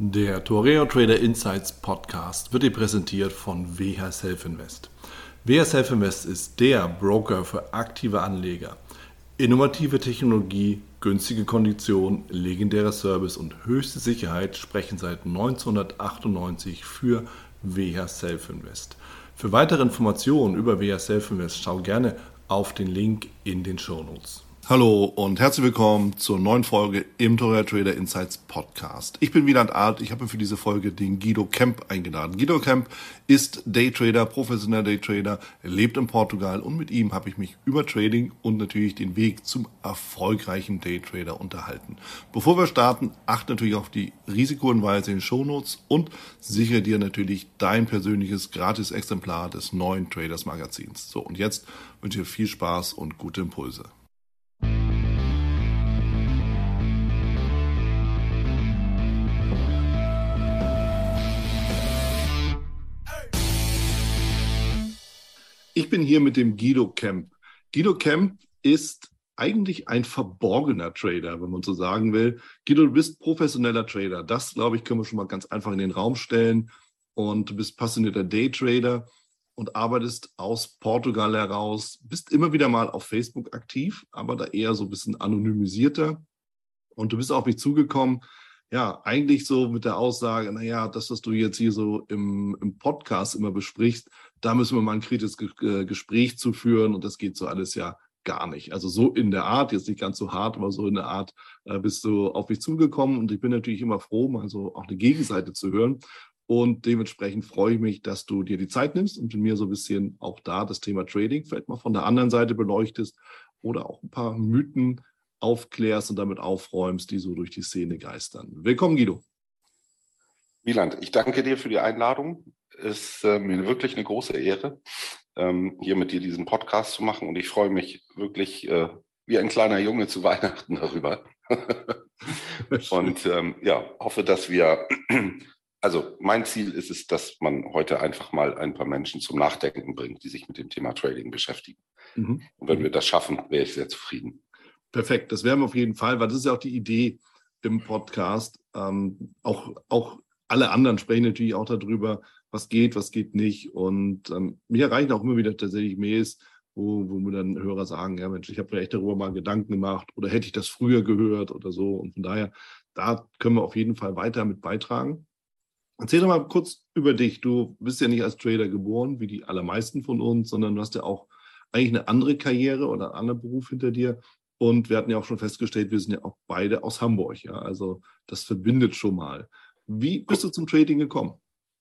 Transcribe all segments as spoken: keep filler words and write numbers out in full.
Der Toreo Trader Insights Podcast wird dir präsentiert von W H Self Invest. W H Self Invest ist der Broker für aktive Anleger. Innovative Technologie, günstige Konditionen, legendärer Service und höchste Sicherheit sprechen seit neunzehnhundertachtundneunzig für W H Self Invest. Für weitere Informationen über W H Self Invest schau gerne auf den Link in den Shownotes. Hallo und herzlich willkommen zur neuen Folge im Toreo Trader Insights Podcast. Ich bin Wieland Alt, ich habe für diese Folge den Guido Kemp eingeladen. Guido Kemp ist Daytrader, professioneller Daytrader, lebt in Portugal und mit ihm habe ich mich über Trading und natürlich den Weg zum erfolgreichen Daytrader unterhalten. Bevor wir starten, achte natürlich auf die Risikohinweise in den Shownotes und sichere dir natürlich dein persönliches Gratis-Exemplar des neuen Traders Magazins. So, und jetzt wünsche ich dir viel Spaß und gute Impulse. Ich bin hier mit dem Guido Kemp. Guido Kemp ist eigentlich ein verborgener Trader, wenn man so sagen will. Guido, du bist professioneller Trader. Das, glaube ich, können wir schon mal ganz einfach in den Raum stellen. Und du bist passionierter Daytrader und arbeitest aus Portugal heraus. Bist immer wieder mal auf Facebook aktiv, aber da eher so ein bisschen anonymisierter. Und du bist auf mich zugekommen, ja, eigentlich so mit der Aussage, naja, das, was du jetzt hier so im, im Podcast immer besprichst, da müssen wir mal ein kritisches Ge- Gespräch zu führen und das geht so alles ja gar nicht. Also so in der Art, jetzt nicht ganz so hart, aber so in der Art äh, bist du auf mich zugekommen und ich bin natürlich immer froh, mal so auch eine Gegenseite zu hören und dementsprechend freue ich mich, dass du dir die Zeit nimmst und mit mir so ein bisschen auch da das Thema Trading vielleicht mal von der anderen Seite beleuchtest oder auch ein paar Mythen aufklärst und damit aufräumst, die so durch die Szene geistern. Willkommen, Guido. Wieland, ich danke dir für die Einladung. Es ist äh, mir wirklich eine große Ehre, ähm, hier mit dir diesen Podcast zu machen und ich freue mich wirklich äh, wie ein kleiner Junge zu Weihnachten darüber. Und ähm, ja, hoffe, dass wir, also mein Ziel ist es, dass man heute einfach mal ein paar Menschen zum Nachdenken bringt, die sich mit dem Thema Trading beschäftigen. Mhm. Und wenn wir das schaffen, wäre ich sehr zufrieden. Perfekt, das werden wir auf jeden Fall, weil das ist ja auch die Idee im Podcast. Ähm, auch, auch alle anderen sprechen natürlich auch darüber, was geht, was geht nicht. Und ähm, mich erreichen auch immer wieder tatsächlich Mails, wo, wo mir dann Hörer sagen, ja Mensch, ich habe mir echt darüber mal Gedanken gemacht oder hätte ich das früher gehört oder so. Und von daher, da können wir auf jeden Fall weiter mit beitragen. Erzähl doch mal kurz über dich. Du bist ja nicht als Trader geboren, wie die allermeisten von uns, sondern du hast ja auch eigentlich eine andere Karriere oder einen anderen Beruf hinter dir. Und wir hatten ja auch schon festgestellt, wir sind ja auch beide aus Hamburg. Ja? Also das verbindet schon mal. Wie bist du zum Trading gekommen?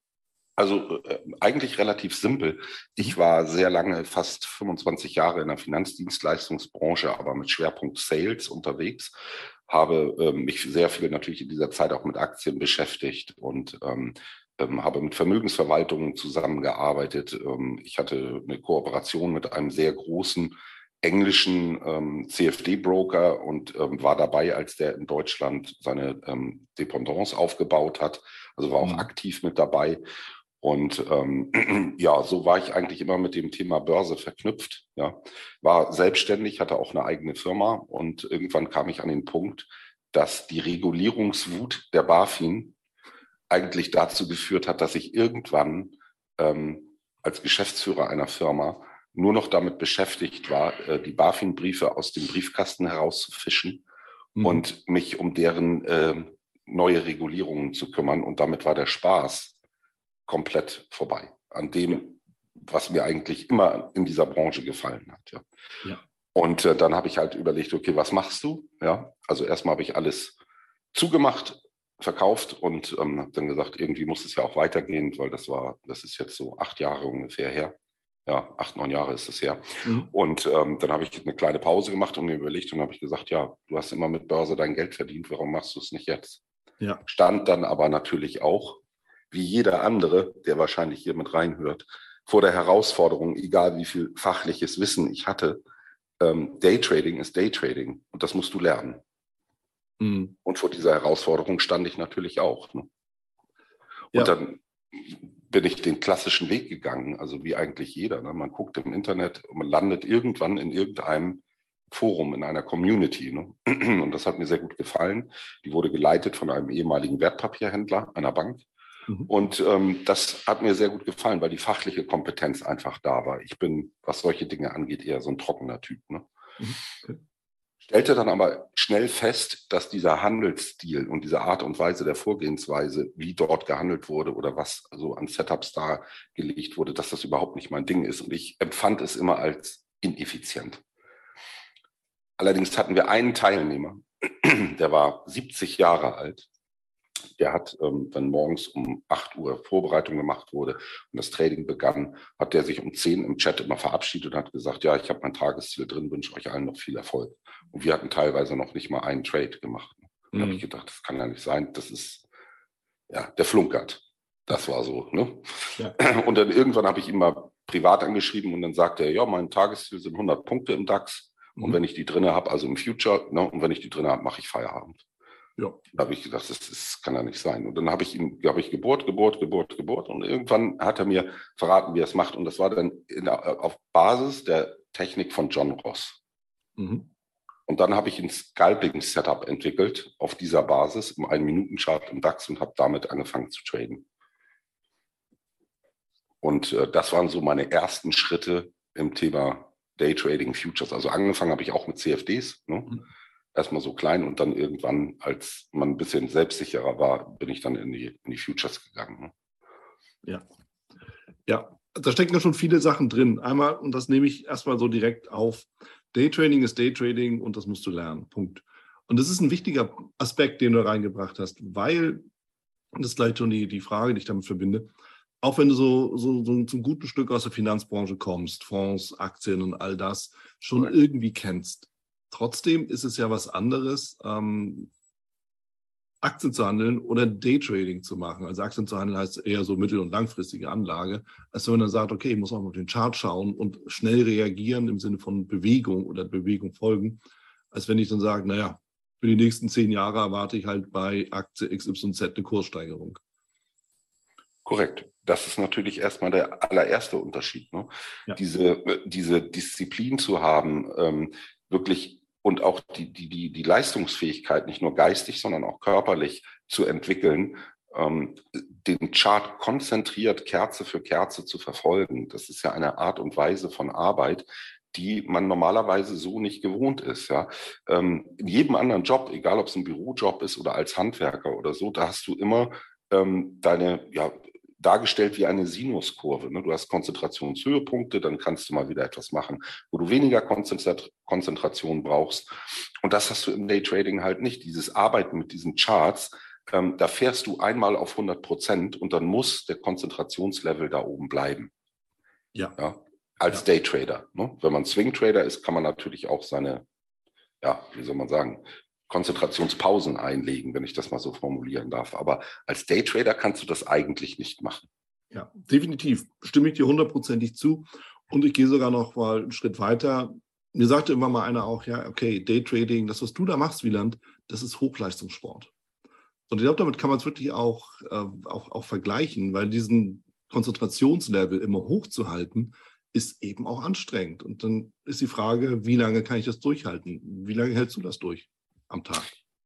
Also äh, eigentlich relativ simpel. Ich war sehr lange, fast fünfundzwanzig Jahre in der Finanzdienstleistungsbranche, aber mit Schwerpunkt Sales unterwegs. Habe äh, mich sehr viel natürlich in dieser Zeit auch mit Aktien beschäftigt und ähm, ähm, habe mit Vermögensverwaltungen zusammengearbeitet. Ähm, ich hatte eine Kooperation mit einem sehr großen englischen ähm, C F D-Broker und ähm, war dabei, als der in Deutschland seine ähm, Dependance aufgebaut hat. Also war auch mhm. aktiv mit dabei. Und ähm, ja, so war ich eigentlich immer mit dem Thema Börse verknüpft. Ja, war selbstständig, hatte auch eine eigene Firma und irgendwann kam ich an den Punkt, dass die Regulierungswut der BaFin eigentlich dazu geführt hat, dass ich irgendwann ähm, als Geschäftsführer einer Firma nur noch damit beschäftigt war, äh, die BaFin-Briefe aus dem Briefkasten herauszufischen mhm. und mich um deren äh, neue Regulierungen zu kümmern. Und damit war der Spaß komplett vorbei an dem, was mir eigentlich immer in dieser Branche gefallen hat. Ja. Ja. Und äh, dann habe ich halt überlegt, okay, was machst du? Ja, also erstmal habe ich alles zugemacht, verkauft und ähm, habe dann gesagt, irgendwie muss es ja auch weitergehen, weil das war, das ist jetzt so acht Jahre ungefähr her. Ja, acht, neun Jahre ist es her. Mhm. Und ähm, dann habe ich eine kleine Pause gemacht und mir überlegt und habe ich gesagt, ja, du hast immer mit Börse dein Geld verdient, warum machst du es nicht jetzt? Ja. Stand dann aber natürlich auch, wie jeder andere, der wahrscheinlich hier mit reinhört, vor der Herausforderung, egal wie viel fachliches Wissen ich hatte, ähm, Daytrading ist Daytrading und das musst du lernen. Mhm. Und vor dieser Herausforderung stand ich natürlich auch. Ne? Und ja. dann bin ich den klassischen Weg gegangen, also wie eigentlich jeder. Ne? Man guckt im Internet und man landet irgendwann in irgendeinem Forum, in einer Community. Ne? Und das hat mir sehr gut gefallen. Die wurde geleitet von einem ehemaligen Wertpapierhändler einer Bank. Mhm. Und ähm, das hat mir sehr gut gefallen, weil die fachliche Kompetenz einfach da war. Ich bin, was solche Dinge angeht, eher so ein trockener Typ. Ne? Mhm. Okay. Stellte dann aber schnell fest, dass dieser Handelsstil und diese Art und Weise der Vorgehensweise, wie dort gehandelt wurde oder was so an Setups da gelegt wurde, dass das überhaupt nicht mein Ding ist. Und ich empfand es immer als ineffizient. Allerdings hatten wir einen Teilnehmer, der war siebzig Jahre alt. Der hat, ähm, wenn morgens um acht Uhr Vorbereitung gemacht wurde und das Trading begann, hat der sich um zehn im Chat immer verabschiedet und hat gesagt, ja, ich habe mein Tagesziel drin, wünsche euch allen noch viel Erfolg. Und wir hatten teilweise noch nicht mal einen Trade gemacht. Da mhm. habe ich gedacht, das kann ja nicht sein, das ist, ja, der flunkert. Das war so, ne? Ja. Und dann irgendwann habe ich ihn mal privat angeschrieben und dann sagte er, ja, mein Tagesziel sind hundert Punkte im DAX mhm. und wenn ich die drin habe, also im Future, ne, und wenn ich die drin habe, mache ich Feierabend. Ja. Da habe ich gedacht, das, das kann ja nicht sein. Und dann habe ich ihm, habe ich gebohrt, gebohrt, gebohrt, gebohrt. Und irgendwann hat er mir verraten, wie er es macht. Und das war dann in, auf Basis der Technik von John Ross. Mhm. Und dann habe ich ein Scalping-Setup entwickelt auf dieser Basis, um einen Minutenchart im DAX und habe damit angefangen zu traden. Und äh, das waren so meine ersten Schritte im Thema Daytrading Futures. Also angefangen habe ich auch mit C F Ds, ne? Mhm. Erstmal so klein und dann irgendwann, als man ein bisschen selbstsicherer war, bin ich dann in die, in die Futures gegangen. Ne? Ja. Ja, da stecken ja schon viele Sachen drin. Einmal, und das nehme ich erstmal so direkt auf, Daytrading ist Daytrading und das musst du lernen. Punkt. Und das ist ein wichtiger Aspekt, den du reingebracht hast, weil, und das ist gleich schon die, die Frage, die ich damit verbinde, auch wenn du so, so, so zum guten Stück aus der Finanzbranche kommst, Fonds, Aktien und all das schon okay. irgendwie kennst. Trotzdem ist es ja was anderes, ähm, Aktien zu handeln oder Daytrading zu machen. Also Aktien zu handeln heißt eher so mittel- und langfristige Anlage, als wenn man dann sagt, okay, ich muss auch mal auf den Chart schauen und schnell reagieren im Sinne von Bewegung oder Bewegung folgen, als wenn ich dann sage, naja, für die nächsten zehn Jahre erwarte ich halt bei Aktie X Y Z eine Kurssteigerung. Korrekt. Das ist natürlich erstmal der allererste Unterschied. Ne? Ja. Diese, diese Disziplin zu haben, ähm, wirklich und auch die, die, die, die Leistungsfähigkeit, nicht nur geistig, sondern auch körperlich zu entwickeln, ähm, den Chart konzentriert Kerze für Kerze zu verfolgen. Das ist ja eine Art und Weise von Arbeit, die man normalerweise so nicht gewohnt ist. Ja? Ähm, in jedem anderen Job, egal ob es ein Bürojob ist oder als Handwerker oder so, da hast du immer ähm, deine, ja, dargestellt wie eine Sinuskurve. Ne? Du hast Konzentrationshöhepunkte, dann kannst du mal wieder etwas machen, wo du weniger Konzentration brauchst. Und das hast du im Daytrading halt nicht. Dieses Arbeiten mit diesen Charts, ähm, da fährst du einmal auf hundert Prozent und dann muss der Konzentrationslevel da oben bleiben. Ja. ja? Als ja. Daytrader. Ne? Wenn man Swing-Trader ist, kann man natürlich auch seine, ja, wie soll man sagen, Konzentrationspausen einlegen, wenn ich das mal so formulieren darf. Aber als Daytrader kannst du das eigentlich nicht machen. Ja, definitiv. Stimme ich dir hundertprozentig zu. Und ich gehe sogar noch mal einen Schritt weiter. Mir sagte immer mal einer auch, ja, okay, Daytrading, das, was du da machst, Wieland, das ist Hochleistungssport. Und ich glaube, damit kann man es wirklich auch, äh, auch, auch vergleichen, weil diesen Konzentrationslevel immer hochzuhalten, ist eben auch anstrengend. Und dann ist die Frage, wie lange kann ich das durchhalten? Wie lange hältst du das durch am Tag?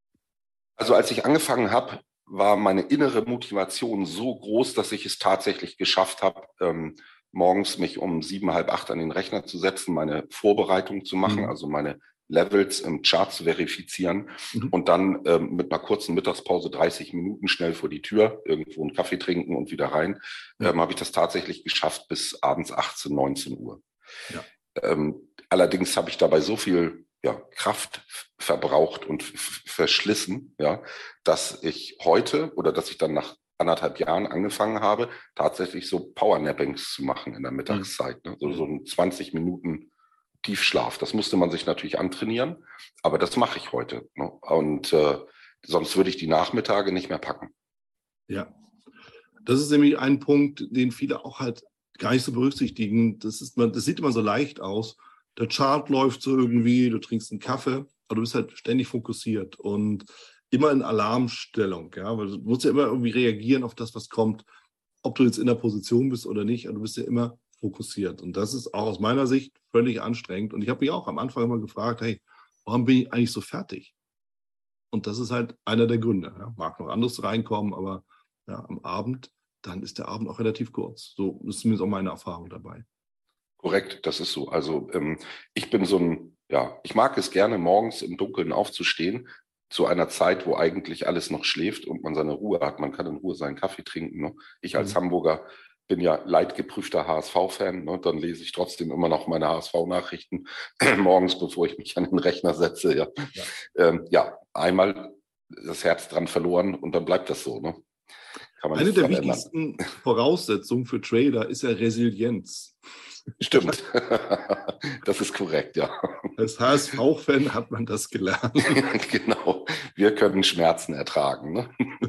Also als ich angefangen habe, war meine innere Motivation so groß, dass ich es tatsächlich geschafft habe, ähm, morgens mich um sieben, halb acht an den Rechner zu setzen, meine Vorbereitung zu machen, mhm. also meine Levels im Chart zu verifizieren mhm. und dann ähm, mit einer kurzen Mittagspause dreißig Minuten schnell vor die Tür, irgendwo einen Kaffee trinken und wieder rein, ja. ähm, habe ich das tatsächlich geschafft bis abends achtzehn, neunzehn Uhr. Ja. Ähm, allerdings habe ich dabei so viel ja, Kraft verbraucht und f- verschlissen, ja, dass ich heute oder dass ich dann nach anderthalb Jahren angefangen habe, tatsächlich so Powernappings zu machen in der Mittagszeit. Ne? So, so ein zwanzig Minuten Tiefschlaf. Das musste man sich natürlich antrainieren, aber das mache ich heute. Ne? Und äh, sonst würde ich die Nachmittage nicht mehr packen. Ja, das ist nämlich ein Punkt, den viele auch halt gar nicht so berücksichtigen. Das ist, das sieht immer so leicht aus. Der Chart läuft so irgendwie, du trinkst einen Kaffee, aber du bist halt ständig fokussiert und immer in Alarmstellung. Ja? Weil du musst ja immer irgendwie reagieren auf das, was kommt, ob du jetzt in der Position bist oder nicht. Aber du bist ja immer fokussiert. Und das ist auch aus meiner Sicht völlig anstrengend. Und ich habe mich auch am Anfang immer gefragt, hey, warum bin ich eigentlich so fertig? Und das ist halt einer der Gründe. Ja. Mag noch anderes reinkommen, aber ja, am Abend, dann ist der Abend auch relativ kurz. So ist zumindest auch meine Erfahrung dabei. Korrekt, das ist so. Also ähm, ich bin so ein, ja, ich mag es gerne, morgens im Dunkeln aufzustehen, zu einer Zeit, wo eigentlich alles noch schläft und man seine Ruhe hat. Man kann in Ruhe seinen Kaffee trinken. Ne? Ich als mhm. Hamburger bin ja leidgeprüfter H S V-Fan. Ne? Dann lese ich trotzdem immer noch meine H S V-Nachrichten morgens, bevor ich mich an den Rechner setze. Ja, ja. Ähm, ja einmal das Herz dran verloren und dann bleibt das so. Ne? Kann man Eine der ändern. wichtigsten Voraussetzungen für Trader ist ja Resilienz. Stimmt, das ist korrekt, ja. Als H S V-Fan hat man das gelernt. Genau, wir können Schmerzen ertragen. Ne?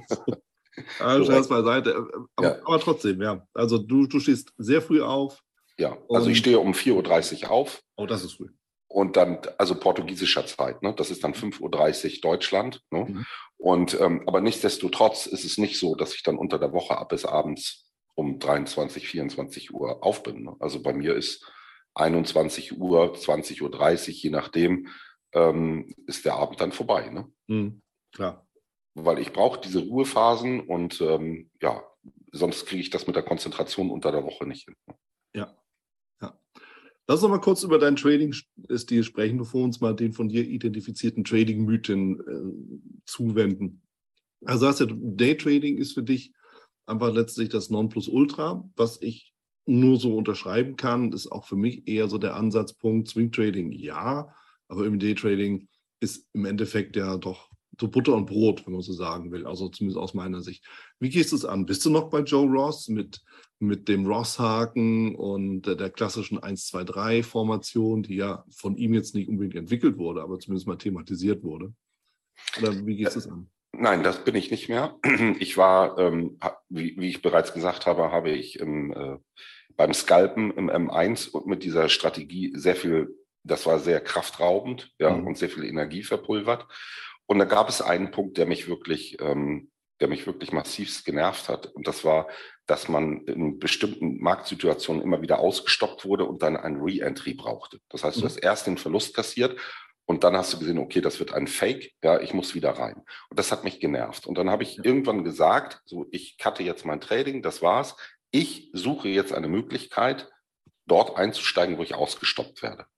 Also Scherz beiseite. Aber, ja. aber trotzdem, ja. Also du, du stehst sehr früh auf. Ja, also ich stehe um vier Uhr dreißig auf. Oh, das ist früh. Und dann, also portugiesischer Zeit, ne? Das ist dann fünf Uhr dreißig Deutschland. Ne? Mhm. Und, ähm, aber nichtsdestotrotz ist es nicht so, dass ich dann unter der Woche ab bis abends um dreiundzwanzig, vierundzwanzig Uhr auf bin. Ne? Also bei mir ist einundzwanzig Uhr, zwanzig Uhr dreißig, je nachdem, ähm, ist der Abend dann vorbei. Ne? Mhm, klar. Weil ich brauche diese Ruhephasen und ähm, ja, sonst kriege ich das mit der Konzentration unter der Woche nicht hin. Ja, ja. Lass uns noch mal kurz über deinen Trading-Stil sprechen, bevor wir uns mal den von dir identifizierten Trading-Mythen äh, zuwenden. Also hast du, Daytrading ist für dich einfach letztlich das Nonplusultra, was ich nur so unterschreiben kann, ist auch für mich eher so der Ansatzpunkt. Swing Trading, ja, aber im Daytrading ist im Endeffekt ja doch so Butter und Brot, wenn man so sagen will, also zumindest aus meiner Sicht. Wie gehst du es an? Bist du noch bei Joe Ross mit, mit dem Ross-Haken und der, der klassischen eins zwei drei Formation, die ja von ihm jetzt nicht unbedingt entwickelt wurde, aber zumindest mal thematisiert wurde? Oder wie gehst du es an? Nein, das bin ich nicht mehr. Ich war, ähm, wie, wie ich bereits gesagt habe, habe ich im, äh, beim Scalpen im M eins und mit dieser Strategie sehr viel, das war sehr kraftraubend, ja, mhm. und sehr viel Energie verpulvert. Und da gab es einen Punkt, der mich wirklich, ähm, der mich wirklich massivst genervt hat. Und das war, dass man in bestimmten Marktsituationen immer wieder ausgestoppt wurde und dann ein Re-Entry brauchte. Das heißt, du hast erst den Verlust kassiert und dann hast du gesehen, okay, das wird ein Fake, ja, ich muss wieder rein. Und das hat mich genervt. Und dann habe ich irgendwann gesagt, so, ich cutte jetzt mein Trading, das war's. Ich suche jetzt eine Möglichkeit, dort einzusteigen, wo ich ausgestoppt werde.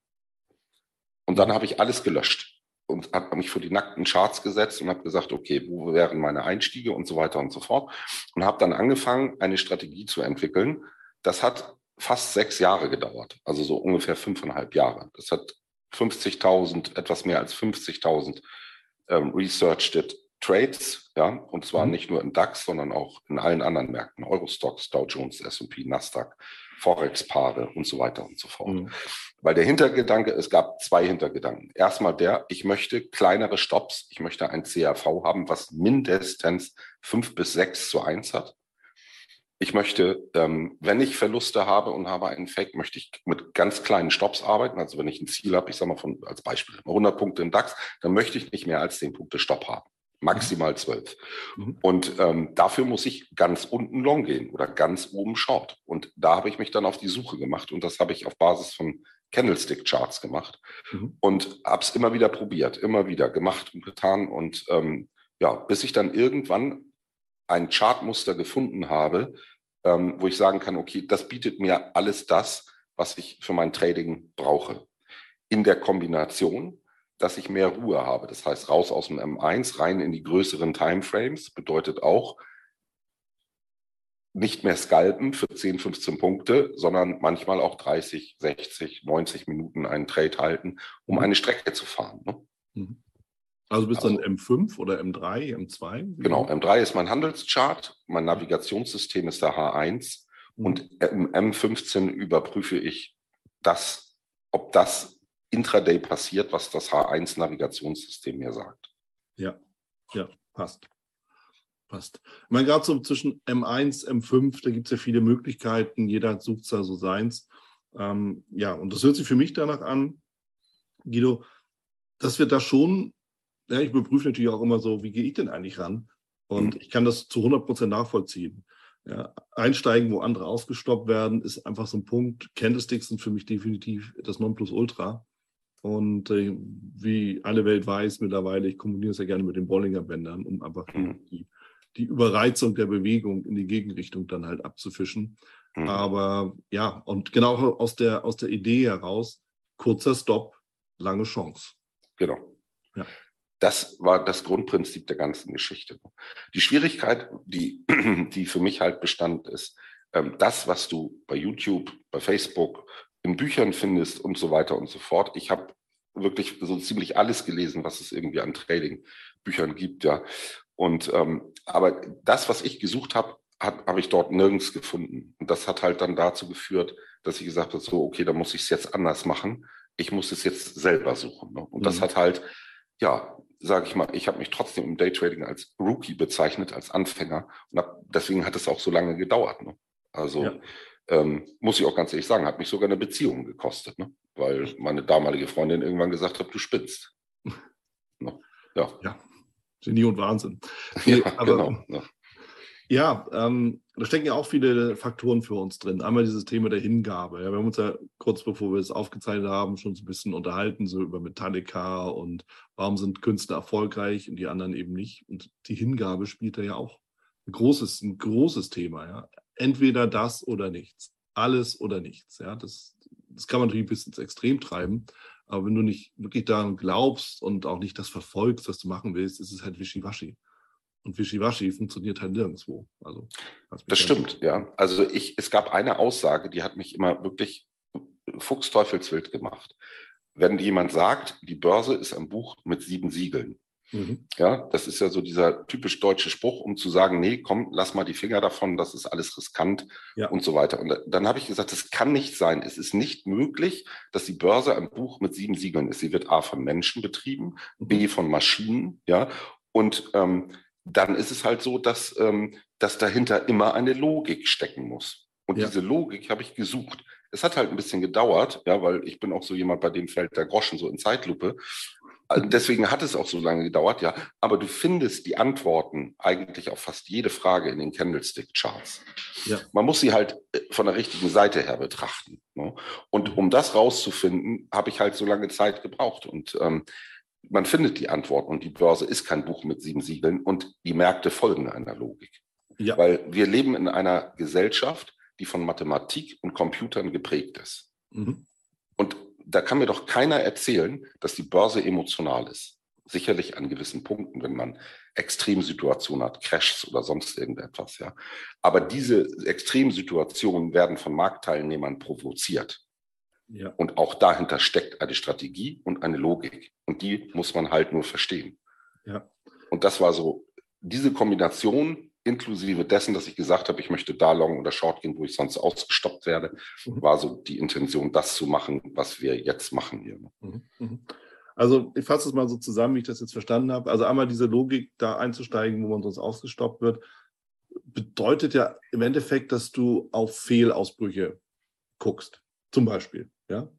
Und dann habe ich alles gelöscht und habe mich vor die nackten Charts gesetzt und habe gesagt, okay, wo wären meine Einstiege und so weiter und so fort. Und habe dann angefangen, eine Strategie zu entwickeln. Das hat fast sechs Jahre gedauert, also so ungefähr fünfeinhalb Jahre. Das hat fünfzigtausend, etwas mehr als fünfzigtausend ähm, researched Trades, ja, und zwar mhm. nicht nur im DAX, sondern auch in allen anderen Märkten, Eurostoxx, Dow Jones, S und P, Nasdaq, Forex-Paare und so weiter und so fort. Mhm. Weil der Hintergedanke, es gab zwei Hintergedanken. Erstmal der, ich möchte kleinere Stops, ich möchte ein C R V haben, was mindestens fünf bis sechs zu eins hat. Ich möchte, ähm, wenn ich Verluste habe und habe einen Fake, möchte ich mit ganz kleinen Stops arbeiten. Also wenn ich ein Ziel habe, ich sage mal von, als Beispiel hundert Punkte im DAX, dann möchte ich nicht mehr als zehn Punkte Stopp haben. Maximal zwölf. Mhm. Und ähm, dafür muss ich ganz unten long gehen oder ganz oben short. Und da habe ich mich dann auf die Suche gemacht und das habe ich auf Basis von Candlestick-Charts gemacht mhm. und habe es immer wieder probiert, immer wieder gemacht und getan. Und ähm, ja, bis ich dann irgendwann ein Chartmuster gefunden habe, ähm, wo ich sagen kann, okay, das bietet mir alles das, was ich für mein Trading brauche. In der Kombination, dass ich mehr Ruhe habe. Das heißt, raus aus dem M eins, rein in die größeren Timeframes, bedeutet auch, nicht mehr scalpen für zehn, fünfzehn Punkte, sondern manchmal auch dreißig, sechzig, neunzig Minuten einen Trade halten, um mhm. eine Strecke zu fahren. Ne? Mhm. Also bist du also, dann M fünf oder M drei, M zwei? Genau, M drei ist mein Handelschart, mein Navigationssystem ist der H eins mhm. und im M fünfzehn überprüfe ich das, ob das intraday passiert, was das H eins Navigationssystem mir sagt. Ja, ja, passt. Passt. Ich meine, gerade so zwischen M eins, M fünf, da gibt es ja viele Möglichkeiten, jeder sucht da so seins. Ähm, ja, und das hört sich für mich danach an, Guido, dass wir da schon, ja, ich überprüfe natürlich auch immer so, wie gehe ich denn eigentlich ran? Und mhm. ich kann das zu hundert Prozent nachvollziehen. Ja, einsteigen, wo andere ausgestoppt werden, ist einfach so ein Punkt. Candlesticks sind für mich definitiv das Nonplusultra. Und äh, wie alle Welt weiß mittlerweile, ich kombiniere es ja gerne mit den Bollinger-Bändern, um einfach Mhm. die, die Überreizung der Bewegung in die Gegenrichtung dann halt abzufischen. Mhm. Aber ja, und genau aus der, aus der Idee heraus, kurzer Stop, lange Chance. Genau. Ja. Das war das Grundprinzip der ganzen Geschichte. Die Schwierigkeit, die, die für mich halt bestand, ist, ähm, das, was du bei YouTube, bei Facebook, in Büchern findest und so weiter und so fort. Ich habe wirklich so ziemlich alles gelesen, was es irgendwie an Trading-Büchern gibt, ja. Und ähm, aber das, was ich gesucht habe, habe hab ich dort nirgends gefunden. Und das hat halt dann dazu geführt, dass ich gesagt habe, so, okay, da muss ich es jetzt anders machen. Ich muss es jetzt selber suchen. Ne? Und mhm. das hat halt, ja, sage ich mal, ich habe mich trotzdem im Daytrading als Rookie bezeichnet, als Anfänger. Und hab, deswegen hat es auch so lange gedauert. Ne? Also ja. ähm, muss ich auch ganz ehrlich sagen, hat mich sogar eine Beziehung gekostet, ne? Weil meine damalige Freundin irgendwann gesagt hat, du spinnst. Ne? Ja. ja, Genie und Wahnsinn. Nee, ja, aber, genau. Ne? Ja, ähm, da stecken ja auch viele Faktoren für uns drin. Einmal dieses Thema der Hingabe. Ja, wir haben uns ja kurz bevor wir es aufgezeichnet haben, schon so ein bisschen unterhalten, so über Metallica und warum sind Künstler erfolgreich und die anderen eben nicht. Und die Hingabe spielt da ja auch ein großes, ein großes Thema. Ja. Entweder das oder nichts. Alles oder nichts. Ja. Das, das kann man natürlich ein bisschen ins Extrem treiben. Aber wenn du nicht wirklich daran glaubst und auch nicht das verfolgst, was du machen willst, ist es halt wischiwaschi. Und Wischiwaschi funktioniert halt nirgendwo. Also, das stimmt, ja. Also ich, es gab eine Aussage, die hat mich immer wirklich fuchsteufelswild gemacht. Wenn jemand sagt, die Börse ist ein Buch mit sieben Siegeln. Mhm. Ja, das ist ja so dieser typisch deutsche Spruch, um zu sagen, nee, komm, lass mal die Finger davon, das ist alles riskant ja. und so weiter. Und dann habe ich gesagt, das kann nicht sein. Es ist nicht möglich, dass die Börse ein Buch mit sieben Siegeln ist. Sie wird A von Menschen betrieben, mhm. B von Maschinen, ja, und ähm, dann ist es halt so, dass, ähm, dass dahinter immer eine Logik stecken muss. Und ja. diese Logik habe ich gesucht. Es hat halt ein bisschen gedauert, ja, weil ich bin auch so jemand, bei dem fällt der Groschen so in Zeitlupe. Also deswegen hat es auch so lange gedauert, ja. Aber du findest die Antworten eigentlich auf fast jede Frage in den Candlestick-Charts. Ja. Man muss sie halt von der richtigen Seite her betrachten. Ne? Und um das rauszufinden, habe ich halt so lange Zeit gebraucht. Und ähm, man findet die Antworten und die Börse ist kein Buch mit sieben Siegeln und die Märkte folgen einer Logik. Ja. Weil wir leben in einer Gesellschaft, die von Mathematik und Computern geprägt ist. Mhm. Und da kann mir doch keiner erzählen, dass die Börse emotional ist. Sicherlich an gewissen Punkten, wenn man Extremsituationen hat, Crashs oder sonst irgendetwas. Ja. Aber diese Extremsituationen werden von Marktteilnehmern provoziert. Ja. Und auch dahinter steckt eine Strategie und eine Logik. Und die muss man halt nur verstehen. Ja. Und das war so, diese Kombination inklusive dessen, dass ich gesagt habe, ich möchte da long oder short gehen, wo ich sonst ausgestoppt werde, mhm. war so die Intention, das zu machen, was wir jetzt machen hier. Mhm. Also ich fasse es mal so zusammen, wie ich das jetzt verstanden habe. Also einmal diese Logik, da einzusteigen, wo man sonst ausgestoppt wird, bedeutet ja im Endeffekt, dass du auf Fehlausbrüche guckst. Zum Beispiel, ja.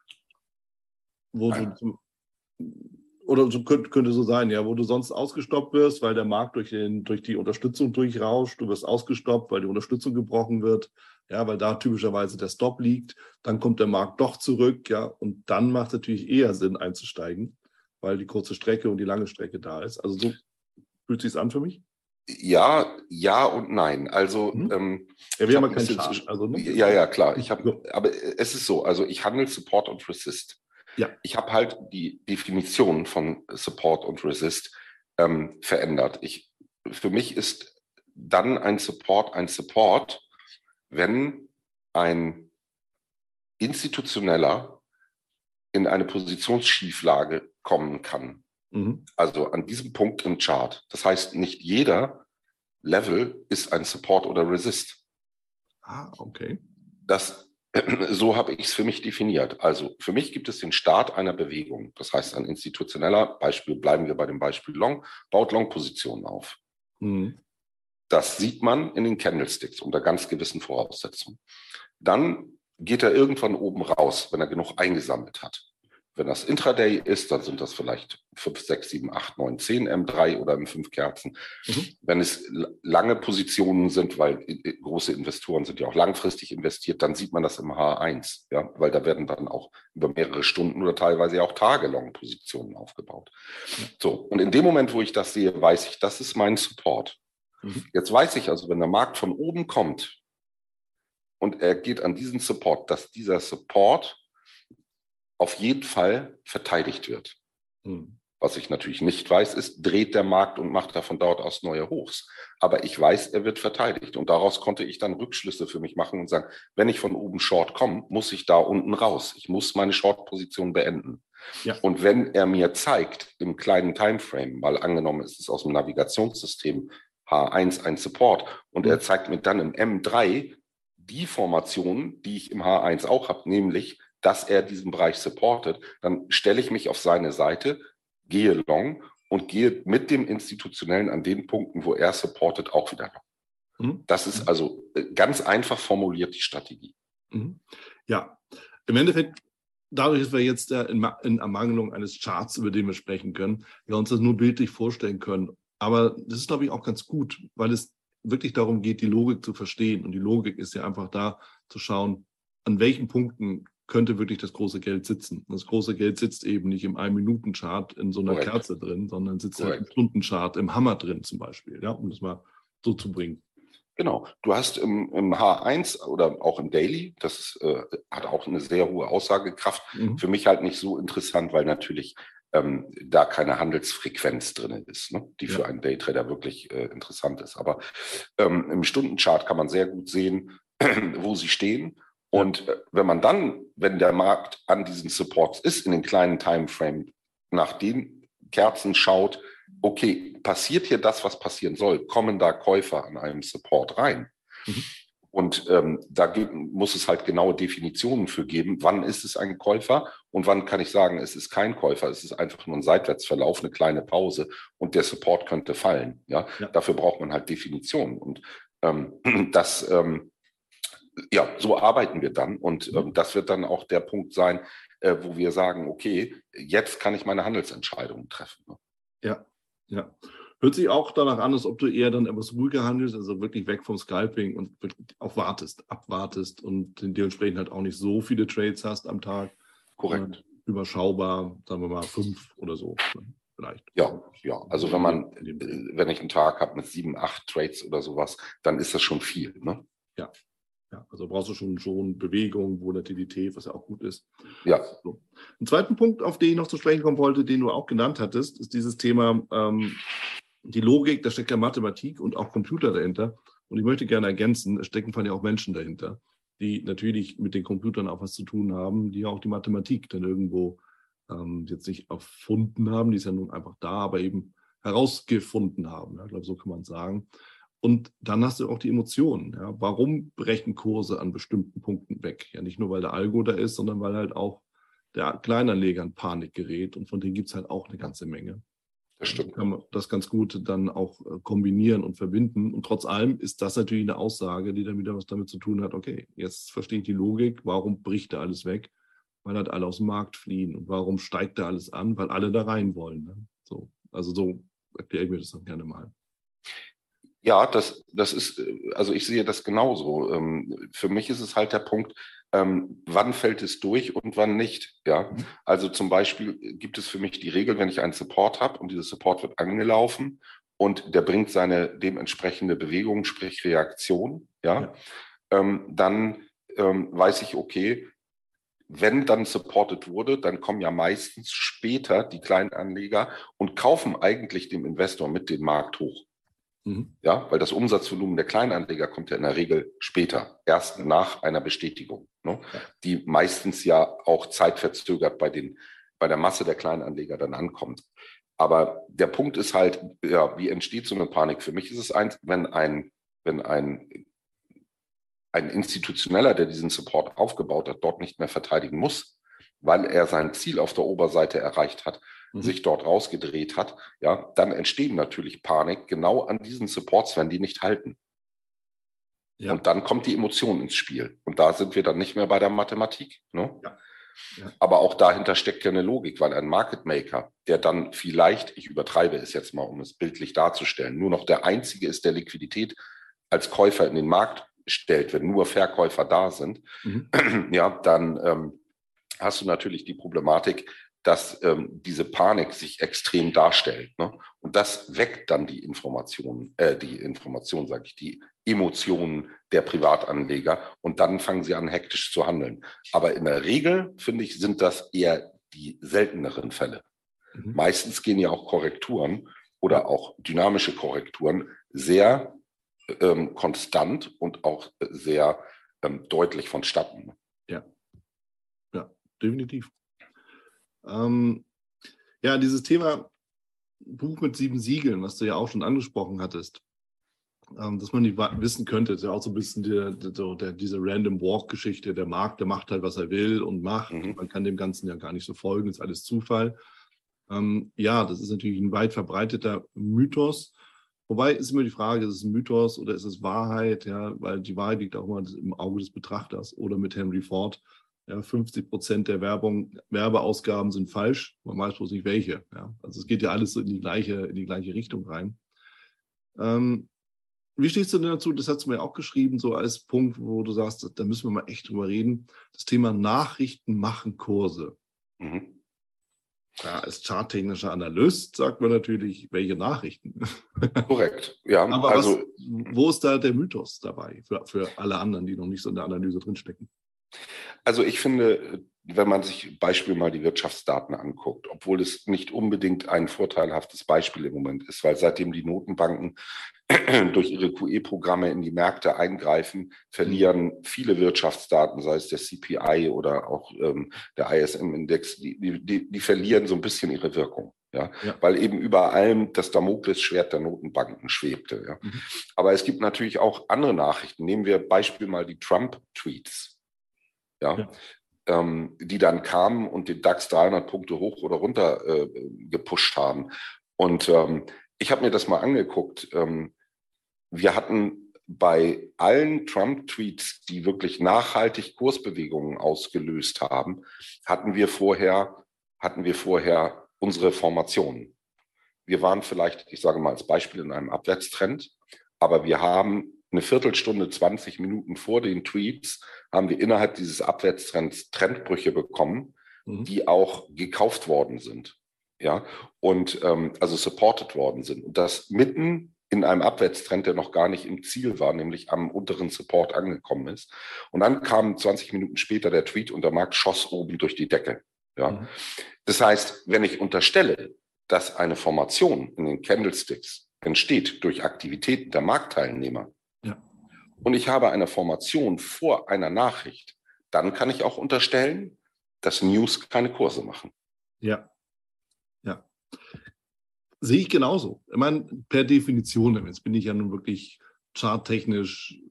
Wo du zum, oder so könnte, könnte so sein, ja, wo du sonst ausgestoppt wirst, weil der Markt durch, den, durch die Unterstützung durchrauscht, du wirst ausgestoppt, weil die Unterstützung gebrochen wird, ja, weil da typischerweise der Stop liegt, dann kommt der Markt doch zurück, ja, und dann macht es natürlich eher Sinn einzusteigen, weil die kurze Strecke und die lange Strecke da ist. Also so fühlt es sich an für mich? Ja, ja und nein. Also mhm. ähm, ja, wir haben ja keinen Chart. Also, ne? Ja, ja, klar. Ich hab, aber es ist so, also ich handle Support und Resist. Ja. Ich habe halt die Definition von Support und Resist ähm, verändert. Ich, für mich ist dann ein Support ein Support, wenn ein institutioneller in eine Positionsschieflage kommen kann. Mhm. Also an diesem Punkt im Chart. Das heißt, nicht jeder Level ist ein Support oder Resist. Ah, okay. Das So habe ich es für mich definiert. Also für mich gibt es den Start einer Bewegung. Das heißt, ein institutioneller Beispiel, bleiben wir bei dem Beispiel Long, baut Long-Positionen auf. Mhm. Das sieht man in den Candlesticks unter ganz gewissen Voraussetzungen. Dann geht er irgendwann oben raus, wenn er genug eingesammelt hat. Wenn das Intraday ist, dann sind das vielleicht fünf, sechs, sieben, acht, neun, zehn M drei oder in fünf Kerzen. Mhm. Wenn es lange Positionen sind, weil große Investoren sind ja auch langfristig investiert, dann sieht man das im H eins, ja, weil da werden dann auch über mehrere Stunden oder teilweise auch tagelang Positionen aufgebaut. Mhm. So, und in dem Moment, wo ich das sehe, weiß ich, das ist mein Support. Mhm. Jetzt weiß ich also, wenn der Markt von oben kommt und er geht an diesen Support, dass dieser Support auf jeden Fall verteidigt wird. Hm. Was ich natürlich nicht weiß, ist, dreht der Markt und macht da von dort aus neue Hochs. Aber ich weiß, er wird verteidigt. Und daraus konnte ich dann Rückschlüsse für mich machen und sagen, wenn ich von oben Short komme, muss ich da unten raus. Ich muss meine Short-Position beenden. Ja. Und wenn er mir zeigt, im kleinen Timeframe, mal angenommen, es ist aus dem Navigationssystem H eins ein Support, und hm. er zeigt mir dann im M drei die Formation, die ich im H eins auch habe, nämlich dass er diesen Bereich supportet, dann stelle ich mich auf seine Seite, gehe long und gehe mit dem Institutionellen an den Punkten, wo er supportet, auch wieder long. Mhm. Das ist also ganz einfach formuliert die Strategie. Mhm. Ja, im Endeffekt, dadurch, dass wir jetzt in, in Ermangelung eines Charts, über den wir sprechen können, wir uns das nur bildlich vorstellen können. Aber das ist, glaube ich, auch ganz gut, weil es wirklich darum geht, die Logik zu verstehen. Und die Logik ist ja einfach da, zu schauen, an welchen Punkten könnte wirklich das große Geld sitzen. Und das große Geld sitzt eben nicht im ein-Minuten-Chart in so einer Correct. Kerze drin, sondern sitzt Correct. halt im Stundenchart, im Hammer drin zum Beispiel, ja, um das mal so zu bringen. Genau. Du hast im, im H eins oder auch im Daily, das äh, hat auch eine sehr hohe Aussagekraft. Mhm. Für mich halt nicht so interessant, weil natürlich ähm, da keine Handelsfrequenz drin ist, ne, die ja. für einen Daytrader wirklich äh, interessant ist. Aber ähm, im Stundenchart kann man sehr gut sehen, wo sie stehen. Und ja. wenn man dann, wenn der Markt an diesen Supports ist, in den kleinen Timeframe, nach den Kerzen schaut, okay, passiert hier das, was passieren soll? Kommen da Käufer an einem Support rein? Mhm. Und ähm, da gibt, muss es halt genaue Definitionen für geben, wann ist es ein Käufer und wann kann ich sagen, es ist kein Käufer, es ist einfach nur ein Seitwärtsverlauf, eine kleine Pause und der Support könnte fallen. Ja? Ja. Dafür braucht man halt Definitionen. Und ähm, das ähm, Ja, so arbeiten wir dann und ähm, das wird dann auch der Punkt sein, äh, wo wir sagen, okay, jetzt kann ich meine Handelsentscheidungen treffen. Ne? Ja, ja. Hört sich auch danach an, als ob du eher dann etwas ruhiger handelst, also wirklich weg vom Scalping und auch wartest, abwartest und dementsprechend halt auch nicht so viele Trades hast am Tag. Korrekt. Überschaubar, sagen wir mal fünf oder so. Vielleicht. Ja, ja. Also wenn man, wenn ich einen Tag habe mit sieben, acht Trades oder sowas, dann ist das schon viel, ne? Ja. Ja, also brauchst du schon, schon Bewegung, Volatilität, was ja auch gut ist. Ja. So. Ein zweiten Punkt, auf den ich noch zu sprechen kommen wollte, den du auch genannt hattest, ist dieses Thema ähm, die Logik, da steckt ja Mathematik und auch Computer dahinter. Und ich möchte gerne ergänzen, es stecken vor allem auch Menschen dahinter, die natürlich mit den Computern auch was zu tun haben, die auch die Mathematik dann irgendwo ähm, jetzt nicht erfunden haben, die ist ja nun einfach da, aber eben herausgefunden haben. Ja, ich glaube, so kann man sagen. Und dann hast du auch die Emotionen. Ja. Warum brechen Kurse an bestimmten Punkten weg? Ja, nicht nur, weil der Algo da ist, sondern weil halt auch der Kleinanleger in Panik gerät. Und von denen gibt es halt auch eine ganze Menge. Das stimmt. Da kann man das ganz gut dann auch kombinieren und verbinden. Und trotz allem ist das natürlich eine Aussage, die dann wieder was damit zu tun hat, okay, jetzt verstehe ich die Logik, warum bricht da alles weg? Weil halt alle aus dem Markt fliehen. Und warum steigt da alles an? Weil alle da rein wollen. Ne? So, also so erkläre ich mir das dann gerne mal. Ja, das, das ist, also ich sehe das genauso. Für mich ist es halt der Punkt, wann fällt es durch und wann nicht. Ja, also zum Beispiel gibt es für mich die Regel, wenn ich einen Support habe und dieser Support wird angelaufen und der bringt seine dementsprechende Bewegung, sprich Reaktion, ja, ja. dann weiß ich, okay, wenn dann supported wurde, dann kommen ja meistens später die Kleinanleger und kaufen eigentlich dem Investor mit dem Markt hoch. Mhm. Ja, weil das Umsatzvolumen der Kleinanleger kommt ja in der Regel später, erst nach einer Bestätigung, ne? Ja. Die meistens ja auch zeitverzögert bei, den, bei der Masse der Kleinanleger dann ankommt. Aber der Punkt ist halt, ja, wie entsteht so eine Panik? Für mich ist es eins, wenn ein, wenn ein, ein Institutioneller, der diesen Support aufgebaut hat, dort nicht mehr verteidigen muss, weil er sein Ziel auf der Oberseite erreicht hat, mhm. sich dort rausgedreht hat, ja, dann entstehen natürlich Panik genau an diesen Supports, wenn die nicht halten. Ja. Und dann kommt die Emotion ins Spiel. Und da sind wir dann nicht mehr bei der Mathematik. Ne? Ja. Ja. Aber auch dahinter steckt ja eine Logik, weil ein Market Maker, der dann vielleicht, ich übertreibe es jetzt mal, um es bildlich darzustellen, nur noch der Einzige ist, der Liquidität als Käufer in den Markt stellt, wenn nur Verkäufer da sind, mhm. ja, dann ähm, hast du natürlich die Problematik, dass ähm, diese Panik sich extrem darstellt. Ne? Und das weckt dann die Informationen, äh, die Informationen, sage ich, die Emotionen der Privatanleger und dann fangen sie an, hektisch zu handeln. Aber in der Regel, finde ich, sind das eher die selteneren Fälle. Mhm. Meistens gehen ja auch Korrekturen oder auch dynamische Korrekturen sehr ähm, konstant und auch sehr ähm, deutlich vonstatten. Ja, ja, definitiv. Ähm, ja, dieses Thema Buch mit sieben Siegeln, was du ja auch schon angesprochen hattest, ähm, dass man nicht wissen könnte, ist ja auch so ein bisschen der, der, der, diese Random Walk-Geschichte, der Markt, der macht halt, was er will und macht. Mhm. Man kann dem Ganzen ja gar nicht so folgen, ist alles Zufall. Ähm, ja, das ist natürlich ein weit verbreiteter Mythos. Wobei ist immer die Frage, ist es ein Mythos oder ist es Wahrheit? Ja, weil die Wahrheit liegt auch immer im Auge des Betrachters. Oder mit Henry Ford, ja, fünfzig Prozent der Werbung, Werbeausgaben sind falsch. Man weiß bloß nicht welche. Ja. Also es geht ja alles in die gleiche, in die gleiche Richtung rein. Ähm, wie stehst du denn dazu? Das hast du mir auch geschrieben, so als Punkt, wo du sagst, da müssen wir mal echt drüber reden. Das Thema Nachrichten machen Kurse. Mhm. Ja, als charttechnischer Analyst sagt man natürlich, welche Nachrichten. Korrekt, ja. Aber also, was, wo ist da der Mythos dabei für, für alle anderen, die noch nicht so in der Analyse drinstecken? Also ich finde, wenn man sich Beispiel mal die Wirtschaftsdaten anguckt, obwohl es nicht unbedingt ein vorteilhaftes Beispiel im Moment ist, weil seitdem die Notenbanken durch ihre Q E-Programme in die Märkte eingreifen, verlieren viele Wirtschaftsdaten, sei es der C P I oder auch ähm, der I S M-Index, die, die, die verlieren so ein bisschen ihre Wirkung. Ja? Ja. Weil eben über allem das Damoklesschwert der Notenbanken schwebte. Ja? Mhm. Aber es gibt natürlich auch andere Nachrichten. Nehmen wir Beispiel mal die Trump-Tweets. Ja, ja. Ähm, die dann kamen und den DAX dreihundert Punkte hoch oder runter äh, gepusht haben. Und ähm, ich habe mir das mal angeguckt. Ähm, wir hatten bei allen Trump-Tweets, die wirklich nachhaltig Kursbewegungen ausgelöst haben, hatten wir vorher, hatten wir vorher unsere Formationen. Wir waren vielleicht, ich sage mal als Beispiel, in einem Abwärtstrend, aber wir haben eine Viertelstunde, zwanzig Minuten vor den Tweets haben wir innerhalb dieses Abwärtstrends Trendbrüche bekommen, mhm. die auch gekauft worden sind. Ja, und ähm, also supported worden sind. Und das mitten in einem Abwärtstrend, der noch gar nicht im Ziel war, nämlich am unteren Support angekommen ist. Und dann kam zwanzig Minuten später der Tweet und der Markt schoss oben durch die Decke. Ja, mhm. Das heißt, wenn ich unterstelle, dass eine Formation in den Candlesticks entsteht durch Aktivitäten der Marktteilnehmer, und ich habe eine Formation vor einer Nachricht, dann kann ich auch unterstellen, dass News keine Kurse machen. Ja, ja. Sehe ich genauso. Ich meine, per Definition, jetzt bin ich ja nun wirklich charttechnisch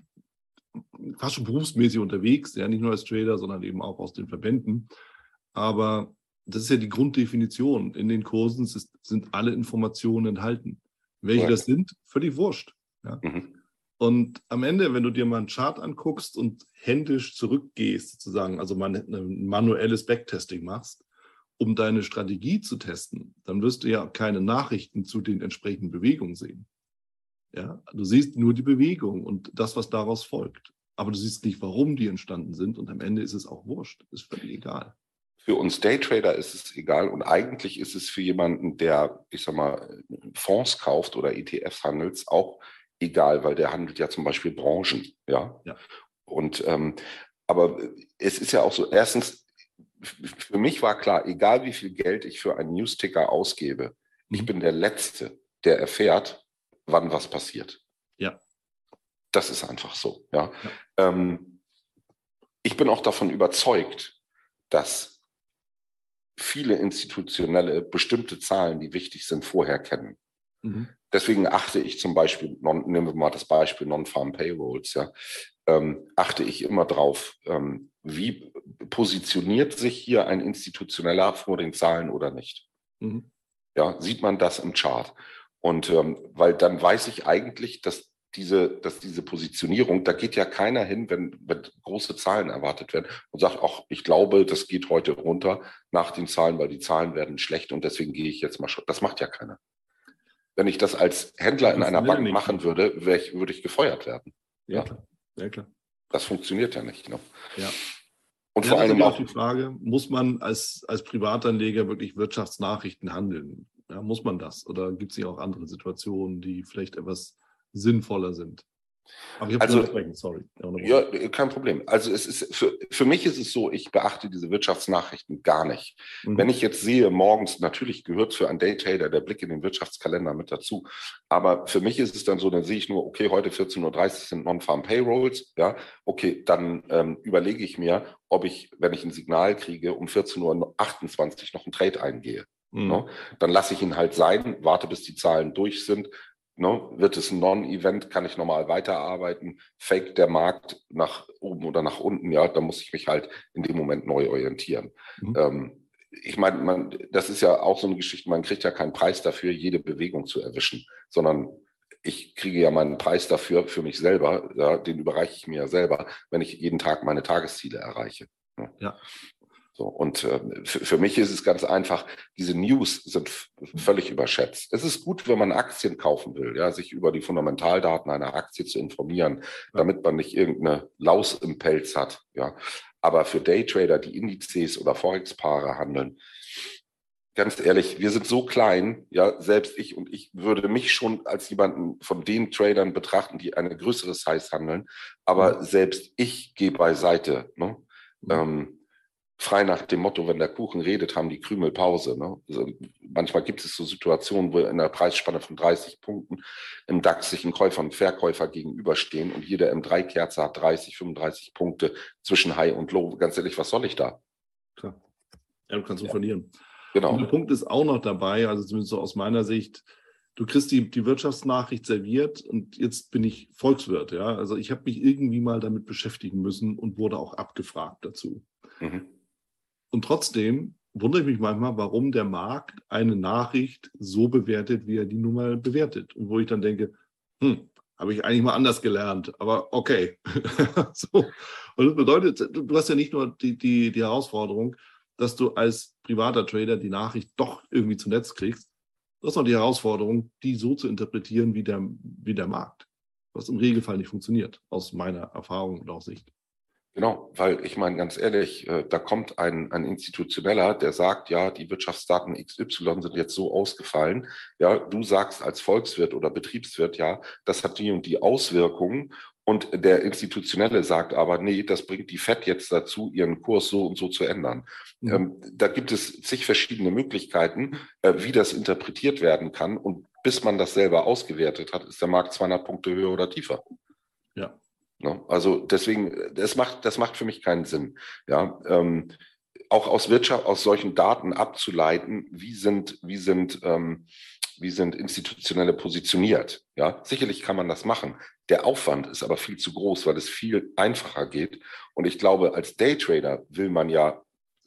fast schon berufsmäßig unterwegs, ja, nicht nur als Trader, sondern eben auch aus den Verbänden. Aber das ist ja die Grunddefinition. In den Kursen ist, sind alle Informationen enthalten. Welche ja. das sind, völlig wurscht. Ja. Mhm. Und am Ende, wenn du dir mal einen Chart anguckst und händisch zurückgehst, sozusagen, also mal ein manuelles Backtesting machst, um deine Strategie zu testen, dann wirst du ja keine Nachrichten zu den entsprechenden Bewegungen sehen. Ja, du siehst nur die Bewegung und das, was daraus folgt. Aber du siehst nicht, warum die entstanden sind und am Ende ist es auch wurscht. Ist völlig egal. Für uns Daytrader ist es egal und eigentlich ist es für jemanden, der, ich sag mal, Fonds kauft oder E T Fs handelt, auch egal, weil der handelt ja zum Beispiel Branchen, ja. ja. Und ähm, aber es ist ja auch so, erstens, für mich war klar, egal wie viel Geld ich für einen Newsticker ausgebe, mhm. ich bin der Letzte, der erfährt, wann was passiert. Ja. Das ist einfach so, ja. ja. Ähm, ich bin auch davon überzeugt, dass viele Institutionelle bestimmte Zahlen, die wichtig sind, vorher kennen. Mhm. Deswegen achte ich zum Beispiel, non, nehmen wir mal das Beispiel Non-Farm Payrolls, ja, ähm, achte ich immer drauf, ähm, wie positioniert sich hier ein Institutioneller vor den Zahlen oder nicht. Mhm. Ja, sieht man das im Chart. Und ähm, weil dann weiß ich eigentlich, dass diese, dass diese Positionierung, da geht ja keiner hin, wenn, wenn große Zahlen erwartet werden und sagt, ach, ich glaube, das geht heute runter nach den Zahlen, weil die Zahlen werden schlecht und deswegen gehe ich jetzt mal schon. Das macht ja keiner. Wenn ich das als Händler in einer Bank machen würde, ich, würde ich gefeuert werden. Ja, ja, klar. Ja, klar. Das funktioniert ja nicht. Ne? Ja. Und ja, vor allem auch die Frage, muss man als, als Privatanleger wirklich Wirtschaftsnachrichten handeln? Ja, muss man das? Oder gibt es nicht auch andere Situationen, die vielleicht etwas sinnvoller sind? Aber ich habe also, unterbrechen, sorry. Ja, kein Problem. Also es ist für, für mich ist es so, ich beachte diese Wirtschaftsnachrichten gar nicht. Mhm. Wenn ich jetzt sehe, morgens, natürlich gehört für einen Daytrader der Blick in den Wirtschaftskalender mit dazu. Aber für mich ist es dann so, dann sehe ich nur, okay, heute vierzehn Uhr dreißig sind Non-Farm Payrolls. Ja, okay, dann ähm, überlege ich mir, ob ich, wenn ich ein Signal kriege, um vierzehn Uhr achtundzwanzig noch einen Trade eingehe. Mhm. No? Dann lasse ich ihn halt sein, warte, bis die Zahlen durch sind. No, wird es ein Non-Event, kann ich normal weiterarbeiten, fake der Markt nach oben oder nach unten, ja, da muss ich mich halt in dem Moment neu orientieren. Mhm. Ähm, ich meine, man, das ist ja auch so eine Geschichte, man kriegt ja keinen Preis dafür, jede Bewegung zu erwischen, sondern ich kriege ja meinen Preis dafür für mich selber, ja, den überreiche ich mir ja selber, wenn ich jeden Tag meine Tagesziele erreiche. Ja. ja. So, und äh, für, für mich ist es ganz einfach, diese News sind f- völlig überschätzt. Es ist gut, wenn man Aktien kaufen will, ja, sich über die Fundamentaldaten einer Aktie zu informieren, ja. damit man nicht irgendeine Laus im Pelz hat. Ja. Aber für Daytrader, die Indizes oder Forex-Paare handeln, ganz ehrlich, wir sind so klein, ja, selbst ich und ich würde mich schon als jemanden von den Tradern betrachten, die eine größere Size handeln, aber mhm. selbst ich gehe beiseite, ne? Mhm. Ähm, frei nach dem Motto, wenn der Kuchen redet, haben die Krümel Pause. Ne? Also manchmal gibt es so Situationen, wo in der Preisspanne von dreißig Punkten im DAX sich ein Käufer und Verkäufer gegenüberstehen und jeder M drei Kerze hat dreißig, fünfunddreißig Punkte zwischen High und Low. Ganz ehrlich, was soll ich da? Klar. Ja, du kannst so ja. verlieren. Genau. Und der Punkt ist auch noch dabei, also zumindest so aus meiner Sicht, du kriegst die, die Wirtschaftsnachricht serviert und jetzt bin ich Volkswirt. Ja? Also ich habe mich irgendwie mal damit beschäftigen müssen und wurde auch abgefragt dazu. Mhm. Und trotzdem wundere ich mich manchmal, warum der Markt eine Nachricht so bewertet, wie er die nun mal bewertet. Und wo ich dann denke, hm, habe ich eigentlich mal anders gelernt, aber okay. so. Und das bedeutet, du hast ja nicht nur die, die, die Herausforderung, dass du als privater Trader die Nachricht doch irgendwie zum Netz kriegst. Du hast noch die Herausforderung, die so zu interpretieren wie der, wie der Markt. Was im Regelfall nicht funktioniert, aus meiner Erfahrung und aus Sicht. Genau, weil ich meine, ganz ehrlich, äh, da kommt ein, ein Institutioneller, der sagt, ja, die Wirtschaftsdaten X Y sind jetzt so ausgefallen. Ja, du sagst als Volkswirt oder Betriebswirt, ja, das hat die und die Auswirkungen. Und der Institutionelle sagt aber, nee, das bringt die Fed jetzt dazu, ihren Kurs so und so zu ändern. Mhm. Ähm, da gibt es zig verschiedene Möglichkeiten, äh, wie das interpretiert werden kann. Und bis man das selber ausgewertet hat, ist der Markt zweihundert Punkte höher oder tiefer. Ja. Also deswegen, das macht, das macht für mich keinen Sinn. Ja, ähm, auch aus Wirtschaft, aus solchen Daten abzuleiten, wie sind, wie sind, ähm, wie sind Institutionelle positioniert. Ja, sicherlich kann man das machen. Der Aufwand ist aber viel zu groß, weil es viel einfacher geht. Und ich glaube, als Daytrader will man ja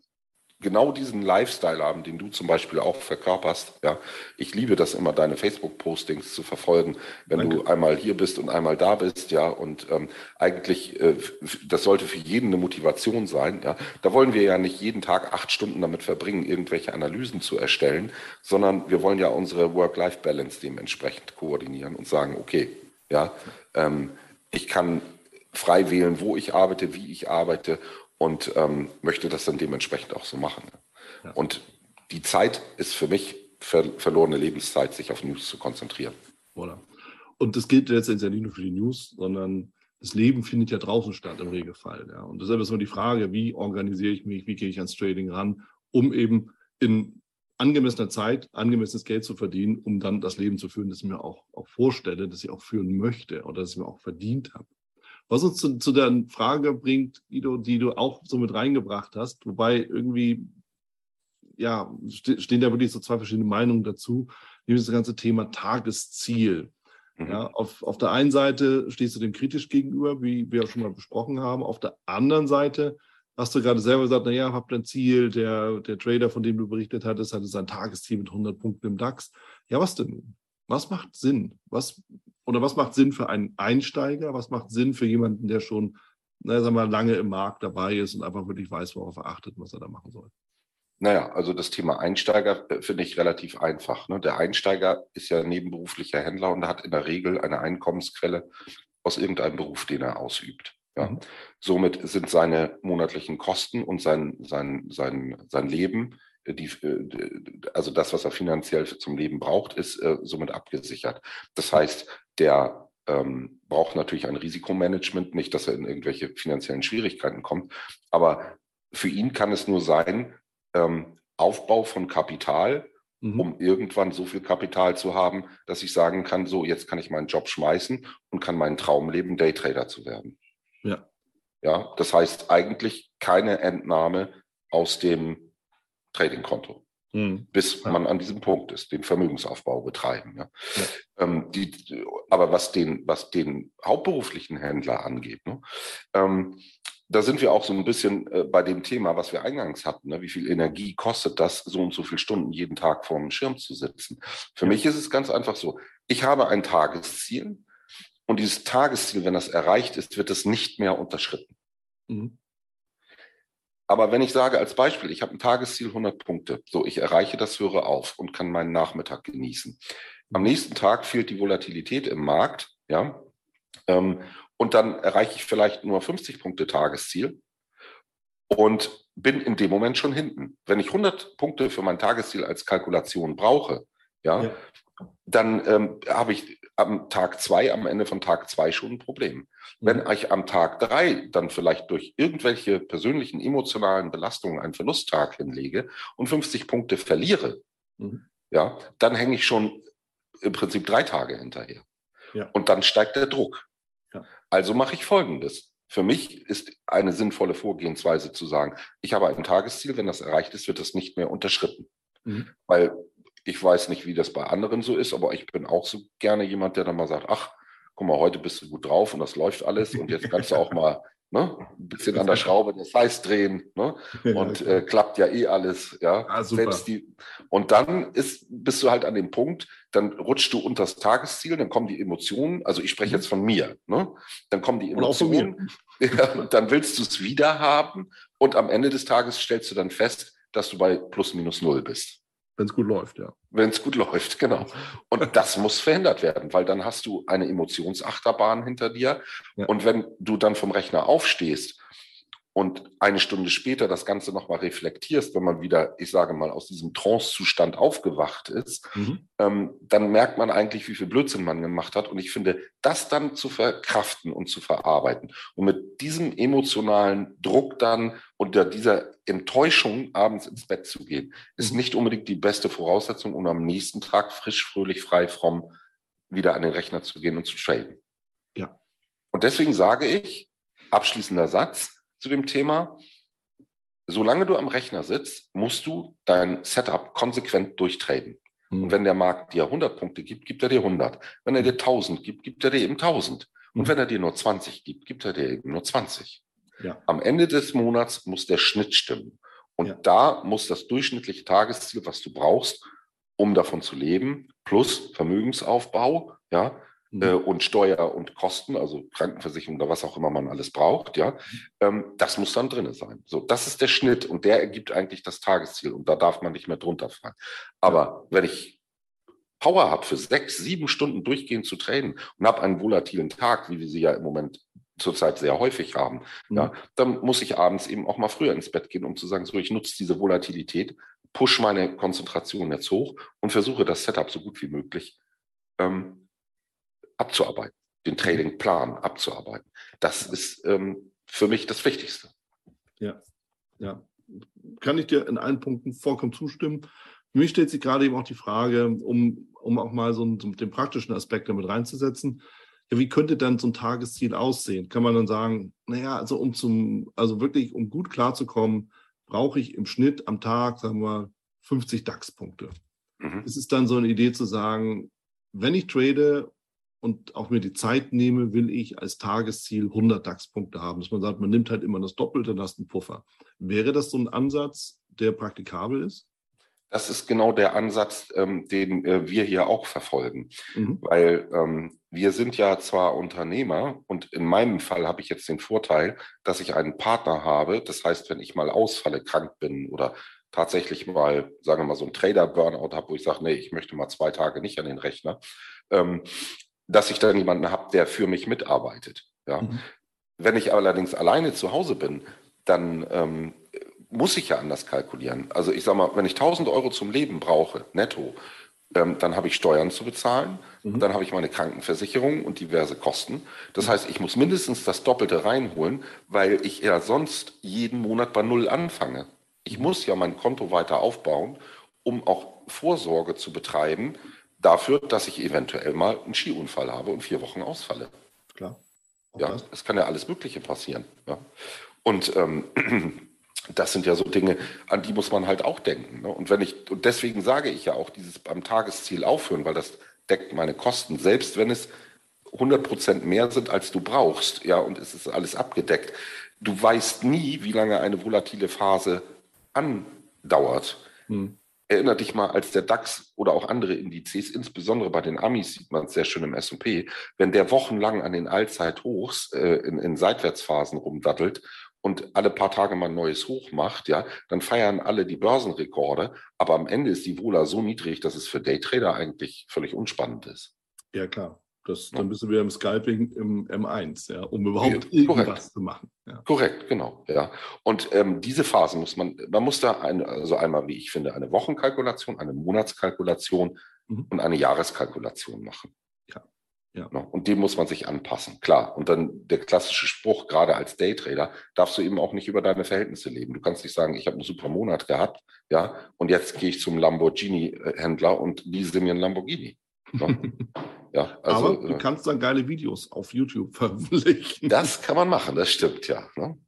genau diesen Lifestyle haben, den du zum Beispiel auch verkörperst. Ja, ich liebe das immer, deine Facebook-Postings zu verfolgen, wenn Danke. Du einmal hier bist und einmal da bist. Ja, und ähm, eigentlich, äh, das sollte für jeden eine Motivation sein. Ja, da wollen wir ja nicht jeden Tag acht Stunden damit verbringen, irgendwelche Analysen zu erstellen, sondern wir wollen ja unsere Work-Life-Balance dementsprechend koordinieren und sagen, okay, ja, ähm, ich kann frei wählen, wo ich arbeite, wie ich arbeite. Und ähm, möchte das dann dementsprechend auch so machen. Ja. Und die Zeit ist für mich ver verlorene Lebenszeit, sich auf News zu konzentrieren. Voilà. Und das gilt letztendlich ja nicht nur für die News, sondern das Leben findet ja draußen statt im Regelfall. Ja. Und deshalb ist immer die Frage, wie organisiere ich mich, wie gehe ich ans Trading ran, um eben in angemessener Zeit angemessenes Geld zu verdienen, um dann das Leben zu führen, das ich mir auch, auch vorstelle, das ich auch führen möchte oder das ich mir auch verdient habe. Was uns zu, zu der Frage bringt, Guido, die du auch so mit reingebracht hast, wobei irgendwie, ja, stehen da wirklich so zwei verschiedene Meinungen dazu, nämlich das ganze Thema Tagesziel. Mhm. Ja, auf, auf der einen Seite stehst du dem kritisch gegenüber, wie wir auch schon mal besprochen haben. Auf der anderen Seite hast du gerade selber gesagt, naja, habt ein Ziel, der, der Trader, von dem du berichtet hattest, hatte sein Tagesziel mit hundert Punkten im DAX. Ja, was denn nun? Was macht Sinn? Was, oder was macht Sinn für einen Einsteiger? Was macht Sinn für jemanden, der schon, na, sagen wir mal, lange im Markt dabei ist und einfach wirklich weiß, worauf er achtet, was er da machen soll? Naja, also das Thema Einsteiger äh, finde ich relativ einfach. Ne? Der Einsteiger ist ja nebenberuflicher Händler und hat in der Regel eine Einkommensquelle aus irgendeinem Beruf, den er ausübt. Ja? Mhm. Somit sind seine monatlichen Kosten und sein, sein, sein, sein Leben, die, also das, was er finanziell zum Leben braucht, ist äh, somit abgesichert. Das heißt, der ähm, braucht natürlich ein Risikomanagement, nicht, dass er in irgendwelche finanziellen Schwierigkeiten kommt, aber für ihn kann es nur sein, ähm, Aufbau von Kapital, mhm. um irgendwann so viel Kapital zu haben, dass ich sagen kann, so, jetzt kann ich meinen Job schmeißen und kann meinen Traum leben, Daytrader zu werden. Ja. Ja, das heißt eigentlich keine Entnahme aus dem Tradingkonto, mhm. bis ja. man an diesem Punkt ist, den Vermögensaufbau betreiben. Ja. Ja. Ähm, die, aber was den, was den hauptberuflichen Händler angeht, ne, ähm, da sind wir auch so ein bisschen äh, bei dem Thema, was wir eingangs hatten. Ne? Wie viel Energie kostet das, so und so viele Stunden jeden Tag vor dem Schirm zu sitzen? Für ja. mich ist es ganz einfach so, ich habe ein Tagesziel und dieses Tagesziel, wenn das erreicht ist, wird es nicht mehr unterschritten. Mhm. Aber wenn ich sage als Beispiel, ich habe ein Tagesziel hundert Punkte, so ich erreiche das, höre auf und kann meinen Nachmittag genießen. Am nächsten Tag fehlt die Volatilität im Markt, ja, ähm, und dann erreiche ich vielleicht nur fünfzig Punkte Tagesziel und bin in dem Moment schon hinten. Wenn ich hundert Punkte für mein Tagesziel als Kalkulation brauche, ja, ja. dann ähm, habe ich am Tag zwei, am Ende von Tag zwei schon ein Problem. Mhm. Wenn ich am Tag drei dann vielleicht durch irgendwelche persönlichen emotionalen Belastungen einen Verlusttag hinlege und fünfzig Punkte verliere, mhm. ja, dann hänge ich schon im Prinzip drei Tage hinterher. Ja. Und dann steigt der Druck. Ja. Also mache ich Folgendes. Für mich ist eine sinnvolle Vorgehensweise zu sagen, ich habe ein Tagesziel, wenn das erreicht ist, wird das nicht mehr unterschritten. Mhm. Weil ich weiß nicht, wie das bei anderen so ist, aber ich bin auch so gerne jemand, der dann mal sagt, ach, guck mal, heute bist du gut drauf und das läuft alles und jetzt kannst du auch mal ne, ein bisschen an der Schraube das Heiß drehen, ne, und ja, äh, klappt ja eh alles. Ja, ah, selbst die, und dann ist, bist du halt an dem Punkt, dann rutschst du unter das Tagesziel, dann kommen die Emotionen, also ich spreche jetzt von mir, ne, dann kommen die Emotionen, ja, dann willst du es wieder haben und am Ende des Tages stellst du dann fest, dass du bei plus minus null bist. Wenn es gut läuft, ja. Wenn es gut läuft, genau. Und das muss verhindert werden, weil dann hast du eine Emotionsachterbahn hinter dir. Ja. Und wenn du dann vom Rechner aufstehst und eine Stunde später das Ganze nochmal reflektierst, wenn man wieder, ich sage mal, aus diesem Trance-Zustand aufgewacht ist, mhm. ähm, dann merkt man eigentlich, wie viel Blödsinn man gemacht hat. Und ich finde, das dann zu verkraften und zu verarbeiten und mit diesem emotionalen Druck dann unter dieser Enttäuschung abends ins Bett zu gehen, ist mhm. nicht unbedingt die beste Voraussetzung, um am nächsten Tag frisch, fröhlich, frei, fromm wieder an den Rechner zu gehen und zu traden. Ja. Und deswegen sage ich, abschließender Satz zu dem Thema, solange du am Rechner sitzt, musst du dein Setup konsequent durchtraden. Mhm. Und wenn der Markt dir hundert Punkte gibt, gibt er dir hundert. Wenn er dir tausend gibt, gibt er dir eben tausend. Und mhm. wenn er dir nur zwanzig gibt, gibt er dir eben nur zwanzig. Ja. Am Ende des Monats muss der Schnitt stimmen. Und ja. da muss das durchschnittliche Tagesziel, was du brauchst, um davon zu leben, plus Vermögensaufbau, ja, mhm. äh, und Steuer und Kosten, also Krankenversicherung oder was auch immer man alles braucht, ja, ähm, das muss dann drin sein. So, das ist der Schnitt und der ergibt eigentlich das Tagesziel und da darf man nicht mehr drunter fallen. Aber ja. wenn ich Power habe, für sechs, sieben Stunden durchgehend zu traden und habe einen volatilen Tag, wie wir sie ja im Moment zurzeit sehr häufig haben, mhm. ja, dann muss ich abends eben auch mal früher ins Bett gehen, um zu sagen, so, ich nutze diese Volatilität, push meine Konzentration jetzt hoch und versuche das Setup so gut wie möglich ähm, abzuarbeiten, den Tradingplan abzuarbeiten. Das ist ähm, für mich das Wichtigste. Ja, ja. Kann ich dir in allen Punkten vollkommen zustimmen. Für mich stellt sich gerade eben auch die Frage, um, um auch mal so einen, so den praktischen Aspekt damit reinzusetzen, ja, wie könnte dann so ein Tagesziel aussehen? Kann man dann sagen, naja, also um zum, also wirklich, um gut klarzukommen, brauche ich im Schnitt am Tag, sagen wir, fünfzig DAX-Punkte. Mhm. Es ist dann so eine Idee zu sagen, wenn ich trade und auch mir die Zeit nehme, will ich als Tagesziel hundert DAX-Punkte haben. Dass man sagt, man nimmt halt immer das Doppelte, dann hast du einen Puffer. Wäre das so ein Ansatz, der praktikabel ist? Das ist genau der Ansatz, ähm, den äh, wir hier auch verfolgen. Mhm. Weil ähm, wir sind ja zwar Unternehmer und in meinem Fall habe ich jetzt den Vorteil, dass ich einen Partner habe. Das heißt, wenn ich mal ausfalle, krank bin oder tatsächlich mal, sagen wir mal, so ein Trader-Burnout habe, wo ich sage, nee, ich möchte mal zwei Tage nicht an den Rechner, ähm, dass ich dann jemanden habe, der für mich mitarbeitet. Ja? Mhm. Wenn ich allerdings alleine zu Hause bin, dann ähm, muss ich ja anders kalkulieren. Also ich sage mal, wenn ich tausend Euro zum Leben brauche, netto, ähm, dann habe ich Steuern zu bezahlen, mhm. und dann habe ich meine Krankenversicherung und diverse Kosten. Das mhm. heißt, ich muss mindestens das Doppelte reinholen, weil ich ja sonst jeden Monat bei Null anfange. Ich mhm. muss ja mein Konto weiter aufbauen, um auch Vorsorge zu betreiben, dafür, dass ich eventuell mal einen Skiunfall habe und vier Wochen ausfalle. Klar. Ja, es kann ja alles Mögliche passieren. Ja. Und ähm, das sind ja so Dinge, an die muss man halt auch denken. Ne? Und wenn ich, und deswegen sage ich ja auch, dieses beim Tagesziel aufhören, weil das deckt meine Kosten, selbst wenn es hundert Prozent mehr sind, als du brauchst, ja, und es ist alles abgedeckt. Du weißt nie, wie lange eine volatile Phase andauert. Hm. Erinner dich mal, als der DAX oder auch andere Indizes, insbesondere bei den Amis sieht man es sehr schön im S und P, wenn der wochenlang an den Allzeithochs äh, in, in Seitwärtsphasen rumdattelt und alle paar Tage mal ein neues Hoch macht, ja, dann feiern alle die Börsenrekorde, aber am Ende ist die Vola so niedrig, dass es für Daytrader eigentlich völlig unspannend ist. Ja, klar. Das, dann bist du wieder im Scalping im M eins, ja, um überhaupt ja, irgendwas korrekt. zu machen. Ja. Korrekt, genau. Ja. Und ähm, diese Phase muss man, man muss da eine, also einmal, wie ich finde, eine Wochenkalkulation, eine Monatskalkulation mhm. und eine Jahreskalkulation machen. Ja. Ja. Und dem muss man sich anpassen, klar. Und dann der klassische Spruch, gerade als Daytrader, darfst du eben auch nicht über deine Verhältnisse leben. Du kannst nicht sagen, ich habe einen super Monat gehabt, ja, und jetzt gehe ich zum Lamborghini-Händler und lease mir einen Lamborghini. Ja, also, aber du äh, kannst dann geile Videos auf YouTube veröffentlichen. Das kann man machen, das stimmt, ja. Ne?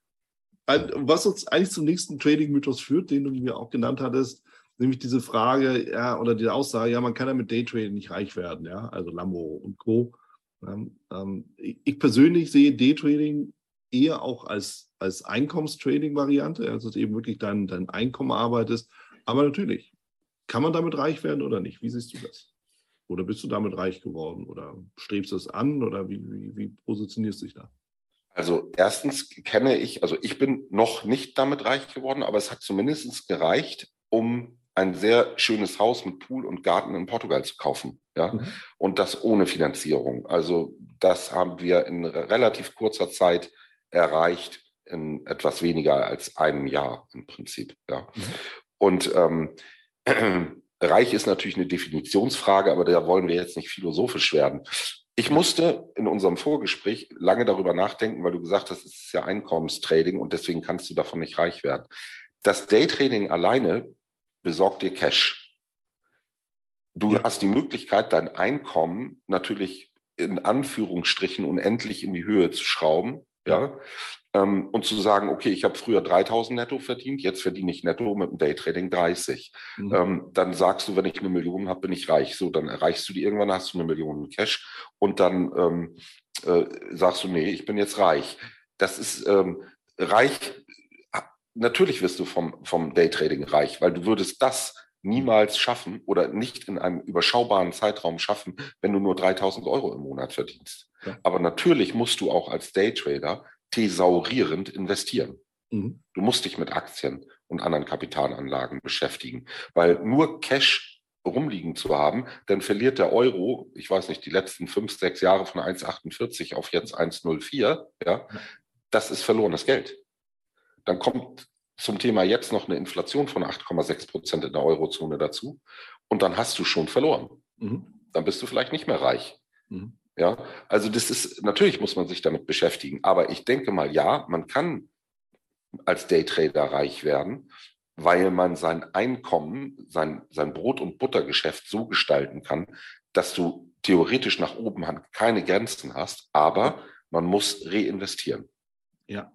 Was uns eigentlich zum nächsten Trading-Mythos führt, den du mir auch genannt hattest, nämlich diese Frage, ja, oder die Aussage, ja, man kann ja mit Daytrading nicht reich werden, ja, also Lambo und Co. Ähm, ich persönlich sehe Daytrading eher auch als, als Einkommenstrading-Variante, also dass eben wirklich dein, dein Einkommen arbeitest. Aber natürlich, kann man damit reich werden oder nicht? Wie siehst du das? Oder bist du damit reich geworden? Oder strebst du es an? Oder wie, wie, wie positionierst du dich da? Also erstens kenne ich, also ich bin noch nicht damit reich geworden, aber es hat zumindest gereicht, um ein sehr schönes Haus mit Pool und Garten in Portugal zu kaufen. Ja? Mhm. Und das ohne Finanzierung. Also das haben wir in relativ kurzer Zeit erreicht, in etwas weniger als einem Jahr im Prinzip. Ja? Mhm. Und ähm, reich ist natürlich eine Definitionsfrage, aber da wollen wir jetzt nicht philosophisch werden. Ich musste in unserem Vorgespräch lange darüber nachdenken, weil du gesagt hast, es ist ja Einkommenstrading und deswegen kannst du davon nicht reich werden. Das Daytrading alleine besorgt dir Cash. Du ja. hast die Möglichkeit, dein Einkommen natürlich in Anführungsstrichen unendlich in die Höhe zu schrauben. Ja. ja. Und zu sagen, okay, ich habe früher dreitausend netto verdient, jetzt verdiene ich netto mit dem Daytrading dreißig. Mhm. Ähm, dann sagst du, wenn ich eine Million habe, bin ich reich. So, dann erreichst du die irgendwann, hast du eine Million Cash und dann ähm, äh, sagst du, nee, ich bin jetzt reich. Das ist ähm, reich, natürlich wirst du vom, vom Daytrading reich, weil du würdest das niemals schaffen oder nicht in einem überschaubaren Zeitraum schaffen, wenn du nur dreitausend Euro im Monat verdienst. Ja. Aber natürlich musst du auch als Daytrader thesaurierend investieren. Mhm. Du musst dich mit Aktien und anderen Kapitalanlagen beschäftigen, weil nur Cash rumliegen zu haben, dann verliert der Euro, ich weiß nicht, die letzten fünf, sechs Jahre von eins Komma achtundvierzig auf jetzt eins Komma null vier, ja, das ist verlorenes Geld. Dann kommt zum Thema jetzt noch eine Inflation von acht Komma sechs Prozent in der Eurozone dazu und dann hast du schon verloren. Mhm. Dann bist du vielleicht nicht mehr reich. Mhm. Ja, also das ist, natürlich muss man sich damit beschäftigen, aber ich denke mal, ja, man kann als Daytrader reich werden, weil man sein Einkommen, sein, sein Brot- und Buttergeschäft so gestalten kann, dass du theoretisch nach oben keine Grenzen hast, aber man muss reinvestieren. Ja.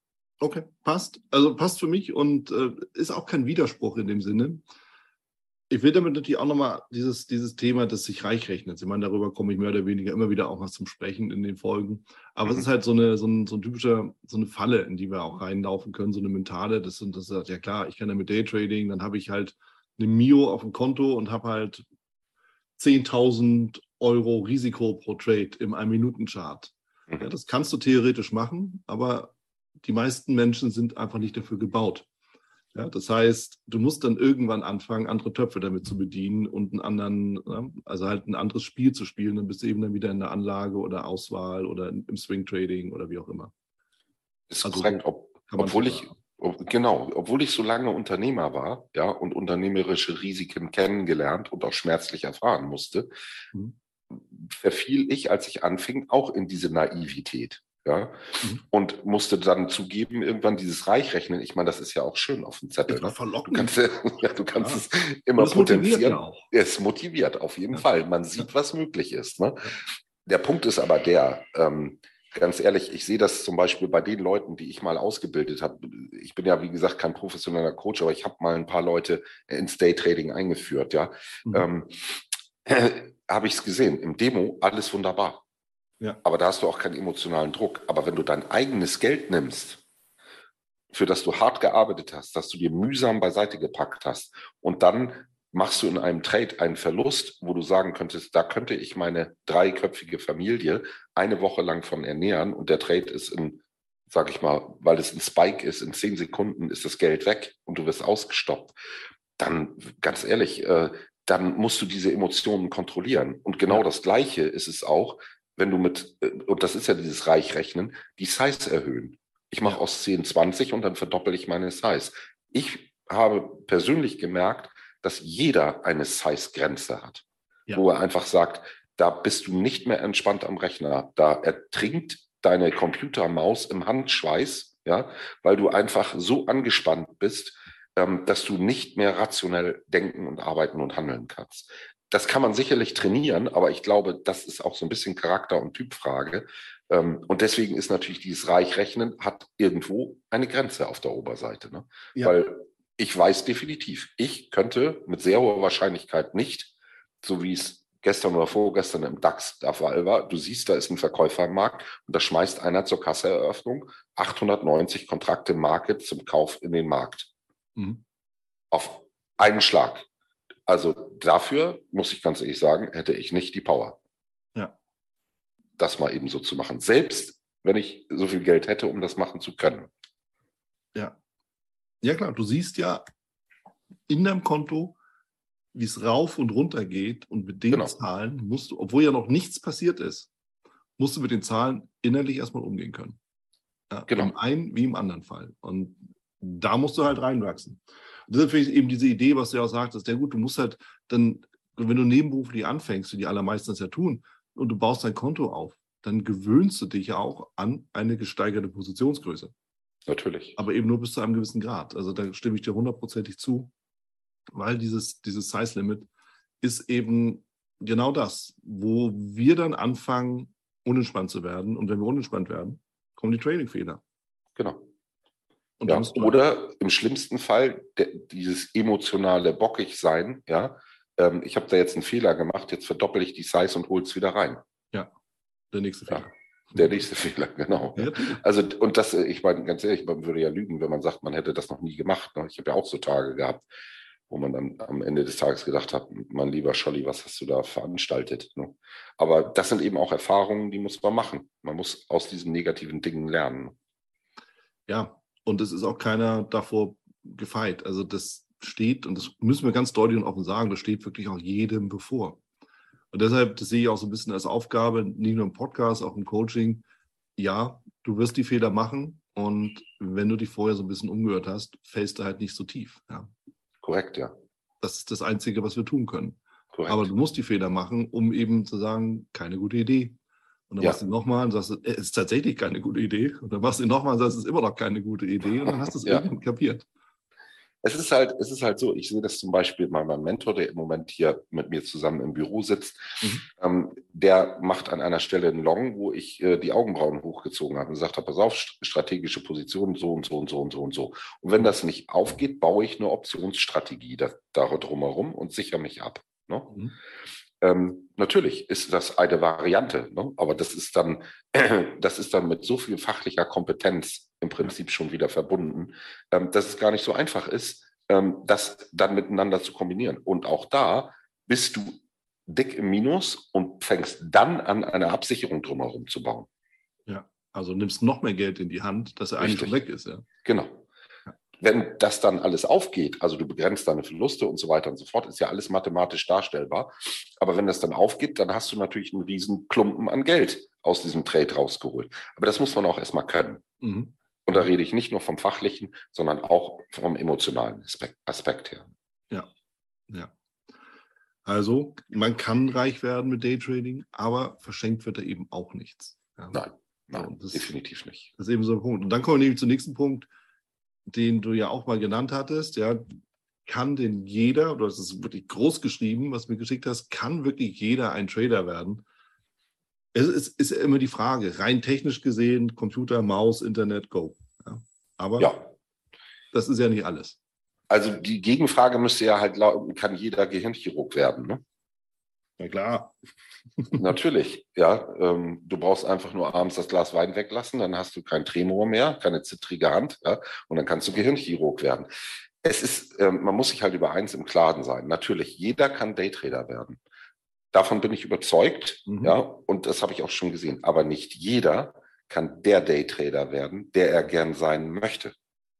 Okay, passt. Also passt für mich und äh, ist auch kein Widerspruch in dem Sinne. Ich will damit natürlich auch nochmal dieses, dieses Thema des sich reich rechnens. Ich meine, darüber komme ich mehr oder weniger immer wieder auch was zum Sprechen in den Folgen. Aber mhm. es ist halt so eine, so ein, so ein typischer, so eine Falle, in die wir auch reinlaufen können, so eine mentale. Das sind, das ist, ja klar, ich kann ja mit Daytrading, dann habe ich halt eine Mio auf dem Konto und habe halt zehntausend Euro Risiko pro Trade im Ein-Minuten-Chart. Mhm. Ja, das kannst du theoretisch machen, aber die meisten Menschen sind einfach nicht dafür gebaut. Ja, das heißt, du musst dann irgendwann anfangen, andere Töpfe damit zu bedienen und einen anderen, ja, also halt ein anderes Spiel zu spielen. Dann bist du eben dann wieder in der Anlage oder Auswahl oder im Swing Trading oder wie auch immer. Ist also korrekt, ob, obwohl ich, ob, genau, obwohl ich so lange Unternehmer war, ja, und unternehmerische Risiken kennengelernt und auch schmerzlich erfahren musste, mhm. verfiel ich, als ich anfing, auch in diese Naivität. Ja, mhm. und musste dann zugeben, irgendwann dieses Reichrechnen, ich meine, das ist ja auch schön auf dem Zettel. Ne? Du kannst, ja, du kannst ja. es immer es potenzieren. Ja es motiviert auf jeden ja. Fall. Man sieht, ja. was möglich ist. Ne? Ja. Der Punkt ist aber der, ähm, ganz ehrlich, ich sehe das zum Beispiel bei den Leuten, die ich mal ausgebildet habe. Ich bin ja, wie gesagt, kein professioneller Coach, aber ich habe mal ein paar Leute ins Daytrading eingeführt. Ja, mhm. ähm, äh, habe ich es gesehen. Im Demo alles wunderbar. Ja. Aber da hast du auch keinen emotionalen Druck. Aber wenn du dein eigenes Geld nimmst, für das du hart gearbeitet hast, das du dir mühsam beiseite gepackt hast und dann machst du in einem Trade einen Verlust, wo du sagen könntest, da könnte ich meine dreiköpfige Familie eine Woche lang von ernähren und der Trade ist in, sag ich mal, weil es ein Spike ist, in zehn Sekunden ist das Geld weg und du wirst ausgestoppt. Dann, ganz ehrlich, äh, dann musst du diese Emotionen kontrollieren. Und genau ja. das Gleiche ist es auch, wenn du mit, und das ist ja dieses Reichrechnen, die Size erhöhen. Ich mache ja. aus zehn zwanzig und dann verdoppel ich meine Size. Ich habe persönlich gemerkt, dass jeder eine Size-Grenze hat, ja. wo er einfach sagt, da bist du nicht mehr entspannt am Rechner. Da ertrinkt deine Computermaus im Handschweiß, ja, weil du einfach so angespannt bist, ähm, dass du nicht mehr rationell denken und arbeiten und handeln kannst. Das kann man sicherlich trainieren, aber ich glaube, das ist auch so ein bisschen Charakter- und Typfrage. Und deswegen ist natürlich dieses Reichrechnen hat irgendwo eine Grenze auf der Oberseite. Ne? Ja. Weil ich weiß definitiv, ich könnte mit sehr hoher Wahrscheinlichkeit nicht, so wie es gestern oder vorgestern im DAX der Fall war, du siehst, da ist ein Verkäufer im Markt und da schmeißt einer zur Kasseeröffnung achthundertneunzig Kontrakte Market zum Kauf in den Markt. Mhm. Auf einen Schlag. Also dafür, muss ich ganz ehrlich sagen, hätte ich nicht die Power. Ja. Das mal eben so zu machen. Selbst wenn ich so viel Geld hätte, um das machen zu können. Ja. Ja klar, du siehst ja in deinem Konto, wie es rauf und runter geht und mit den genau. Zahlen musst du, obwohl ja noch nichts passiert ist, musst du mit den Zahlen innerlich erstmal umgehen können. Ja, genau. Im einen wie im anderen Fall. Und da musst du halt reinwachsen. Und das ist natürlich eben diese Idee, was du ja auch sagtest, ja gut, du musst halt dann, wenn du nebenberuflich anfängst, wie die allermeisten das ja tun, und du baust dein Konto auf, dann gewöhnst du dich ja auch an eine gesteigerte Positionsgröße. Natürlich. Aber eben nur bis zu einem gewissen Grad. Also da stimme ich dir hundertprozentig zu, weil dieses, dieses Size-Limit ist eben genau das, wo wir dann anfangen, unentspannt zu werden. Und wenn wir unentspannt werden, kommen die Trading-Fehler. Genau. Und ja, oder im schlimmsten Fall de, dieses emotionale Bockig-Sein, ja, ähm, ich habe da jetzt einen Fehler gemacht, jetzt verdoppel ich die Size und hole es wieder rein. Ja, der nächste Fehler. Ja, der nächste Fehler, genau. Ja, also, und das, ich meine, ganz ehrlich, man würde ja lügen, wenn man sagt, man hätte das noch nie gemacht. Ne? Ich habe ja auch so Tage gehabt, wo man dann am Ende des Tages gedacht hat, mein lieber Scholli, was hast du da veranstaltet? Ne? Aber das sind eben auch Erfahrungen, die muss man machen. Man muss aus diesen negativen Dingen lernen. Ja, und es ist auch keiner davor gefeit. Also das steht, und das müssen wir ganz deutlich und offen sagen, das steht wirklich auch jedem bevor. Und deshalb, das sehe ich auch so ein bisschen als Aufgabe, nicht nur im Podcast, auch im Coaching. Ja, du wirst die Fehler machen und wenn du dich vorher so ein bisschen umgehört hast, fällst du halt nicht so tief. Ja. Korrekt, ja. Das ist das Einzige, was wir tun können. Korrekt. Aber du musst die Fehler machen, um eben zu sagen, keine gute Idee. Und dann ja. machst du nochmal und sagst, es ist tatsächlich keine gute Idee. Und dann machst du nochmal und sagst, es ist immer noch keine gute Idee. Und dann hast du es ja. irgendwann kapiert. Es ist halt, es ist halt so, ich sehe das zum Beispiel bei meinem Mentor, der im Moment hier mit mir zusammen im Büro sitzt. Mhm. Ähm, der macht an einer Stelle einen Long, wo ich äh, die Augenbrauen hochgezogen habe und gesagt habe, pass auf, strategische Position so und so und so und so und so. Und wenn das nicht aufgeht, baue ich eine Optionsstrategie da, da drumherum und sichere mich ab. Ne? Mhm. Ähm, natürlich ist das eine Variante, ne? Aber das ist dann, äh, das ist dann mit so viel fachlicher Kompetenz im Prinzip schon wieder verbunden, ähm, dass es gar nicht so einfach ist, ähm, das dann miteinander zu kombinieren. Und auch da bist du dick im Minus und fängst dann an, eine Absicherung drumherum zu bauen. Ja, also nimmst noch mehr Geld in die Hand, dass er eigentlich schon weg ist. Ja. Genau. Wenn das dann alles aufgeht, also du begrenzt deine Verluste und so weiter und so fort, ist ja alles mathematisch darstellbar. Aber wenn das dann aufgeht, dann hast du natürlich einen riesen Klumpen an Geld aus diesem Trade rausgeholt. Aber das muss man auch erstmal können. Mhm. Und da rede ich nicht nur vom Fachlichen, sondern auch vom emotionalen Aspekt, Aspekt her. Ja, ja. Also man kann reich werden mit Daytrading, aber verschenkt wird da eben auch nichts. Ja. Nein, nein, das, definitiv nicht. Das ist eben so ein Punkt. Und dann kommen wir nämlich zum nächsten Punkt, den du ja auch mal genannt hattest, ja, kann denn jeder, oder das ist wirklich groß geschrieben, was du mir geschickt hast, kann wirklich jeder ein Trader werden? Es ist, ist ja immer die Frage, rein technisch gesehen, Computer, Maus, Internet, Go. Ja. Aber ja. Das ist ja nicht alles. Also die Gegenfrage müsste ja halt lauten, kann jeder Gehirnchirurg werden, ne? Na klar. Natürlich, ja. Ähm, du brauchst einfach nur abends das Glas Wein weglassen, dann hast du kein Tremor mehr, keine zittrige Hand, ja, und dann kannst du Gehirnchirurg werden. Es ist, ähm, man muss sich halt über eins im Klaren sein. Natürlich, jeder kann Daytrader werden. Davon bin ich überzeugt, mhm. ja, und das habe ich auch schon gesehen. Aber nicht jeder kann der Daytrader werden, der er gern sein möchte.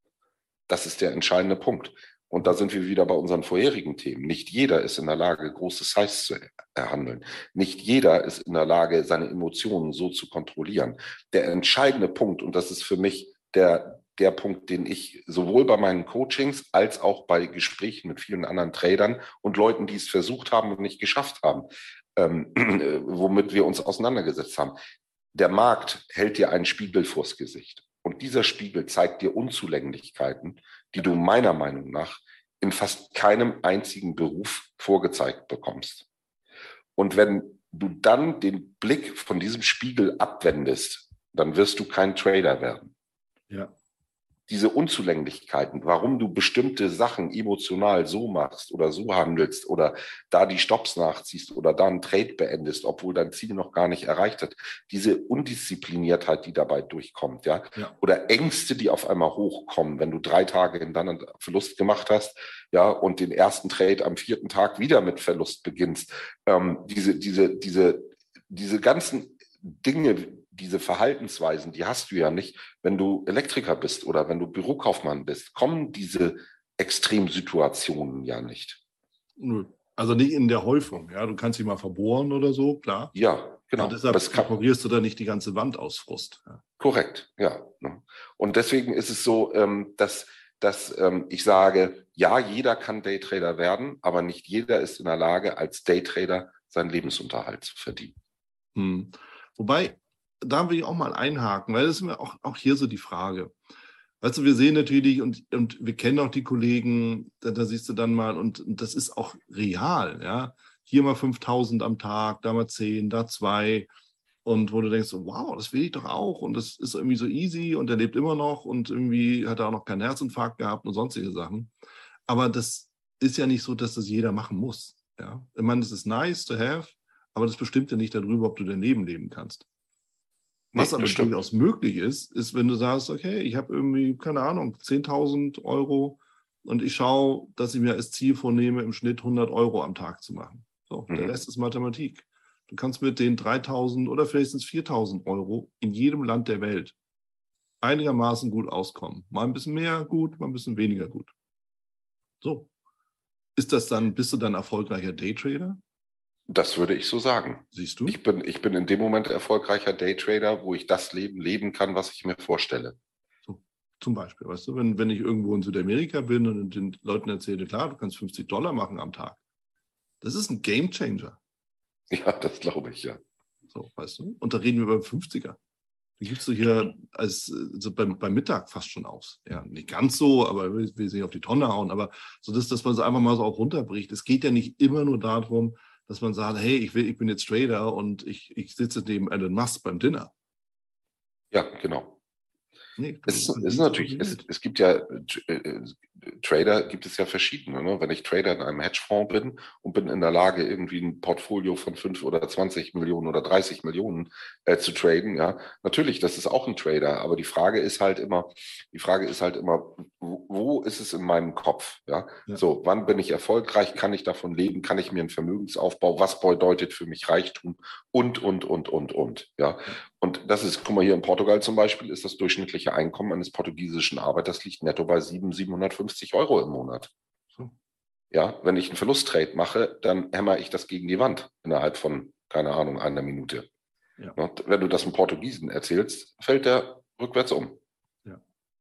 Das ist der entscheidende Punkt. Und da sind wir wieder bei unseren vorherigen Themen. Nicht jeder ist in der Lage, große Size zu erhandeln. Nicht jeder ist in der Lage, seine Emotionen so zu kontrollieren. Der entscheidende Punkt, und das ist für mich der, der Punkt, den ich sowohl bei meinen Coachings als auch bei Gesprächen mit vielen anderen Tradern und Leuten, die es versucht haben und nicht geschafft haben, ähm, womit wir uns auseinandergesetzt haben. Der Markt hält dir einen Spiegel vors Gesicht. Und dieser Spiegel zeigt dir Unzulänglichkeiten, die du meiner Meinung nach in fast keinem einzigen Beruf vorgezeigt bekommst. Und wenn du dann den Blick von diesem Spiegel abwendest, dann wirst du kein Trader werden. Ja. Diese Unzulänglichkeiten, warum du bestimmte Sachen emotional so machst oder so handelst oder da die Stops nachziehst oder da einen Trade beendest, obwohl dein Ziel noch gar nicht erreicht hat, diese Undiszipliniertheit, die dabei durchkommt, ja, ja. Oder Ängste, die auf einmal hochkommen, wenn du drei Tage hintereinander Verlust gemacht hast, ja, und den ersten Trade am vierten Tag wieder mit Verlust beginnst, ähm, diese, diese, diese, diese ganzen Dinge, diese Verhaltensweisen, die hast du ja nicht, wenn du Elektriker bist oder wenn du Bürokaufmann bist, kommen diese Extremsituationen ja nicht. Also nicht in der Häufung, ja, du kannst dich mal verbohren oder so, klar. Ja, genau. Und deshalb korporierst du da nicht die ganze Wand aus Frust. Ja. Korrekt, ja. Und deswegen ist es so, dass, dass ich sage, ja, jeder kann Daytrader werden, aber nicht jeder ist in der Lage, als Daytrader seinen Lebensunterhalt zu verdienen. Hm. Wobei, da will ich auch mal einhaken, weil das ist mir auch, auch hier so die Frage. Weißt du, wir sehen natürlich und, und wir kennen auch die Kollegen, da, da siehst du dann mal, und, und das ist auch real, ja. Hier mal fünftausend am Tag, da mal zehn, da zwei. Und wo du denkst, wow, das will ich doch auch. Und das ist irgendwie so easy und er lebt immer noch und irgendwie hat er auch noch keinen Herzinfarkt gehabt und sonstige Sachen. Aber das ist ja nicht so, dass das jeder machen muss. Ja? Ich meine, es ist nice to have, aber das bestimmt ja nicht darüber, ob du dein Leben leben kannst. Was nee, aber durchaus möglich ist, ist, wenn du sagst, okay, ich habe irgendwie, keine Ahnung, zehntausend Euro und ich schaue, dass ich mir als Ziel vornehme, im Schnitt hundert Euro am Tag zu machen. So, mhm. Der Rest ist Mathematik. Du kannst mit den dreitausend oder vielleicht sind es viertausend Euro in jedem Land der Welt einigermaßen gut auskommen. Mal ein bisschen mehr gut, mal ein bisschen weniger gut. So. Ist das dann, bist du dann erfolgreicher Daytrader? Das würde ich so sagen. Siehst du? Ich bin, ich bin in dem Moment erfolgreicher Daytrader, wo ich das Leben leben kann, was ich mir vorstelle. So, zum Beispiel, weißt du, wenn, wenn ich irgendwo in Südamerika bin und den Leuten erzähle, klar, du kannst fünfzig Dollar machen am Tag. Das ist ein Gamechanger. Ja, das glaube ich, ja. So, weißt du? Und da reden wir über fünfziger. Wie gibst du hier als also beim, beim Mittag fast schon aus? Ja, nicht ganz so, aber ich will will nicht auf die Tonne hauen, aber so dass, dass man es einfach mal so auch runterbricht. Es geht ja nicht immer nur darum, dass man sagt, hey, ich will, ich bin jetzt Trader und ich, ich sitze neben Elon Musk beim Dinner. Ja, genau. Nee, Es du ist natürlich, es, es gibt ja äh, Trader, gibt es ja verschiedene. Ne? Wenn ich Trader in einem Hedgefonds bin und bin in der Lage, irgendwie ein Portfolio von fünf oder zwanzig Millionen oder dreißig Millionen äh, zu traden, ja, natürlich, das ist auch ein Trader. Aber die Frage ist halt immer, die Frage ist halt immer, wo, wo ist es in meinem Kopf? Ja? Ja. So, wann bin ich erfolgreich? Kann ich davon leben? Kann ich mir einen Vermögensaufbau? Was bedeutet für mich Reichtum? Und, und, und, und, und. Ja. Und das ist, guck mal, hier in Portugal zum Beispiel ist das durchschnittliche Einkommen eines portugiesischen Arbeiters liegt netto bei siebenhundertfünfzig Euro im Monat. So. Ja, wenn ich einen Verlusttrade mache, dann hämmer ich das gegen die Wand innerhalb von, keine Ahnung, einer Minute. Ja. Und wenn du das einem Portugiesen erzählst, fällt der rückwärts um. Ja.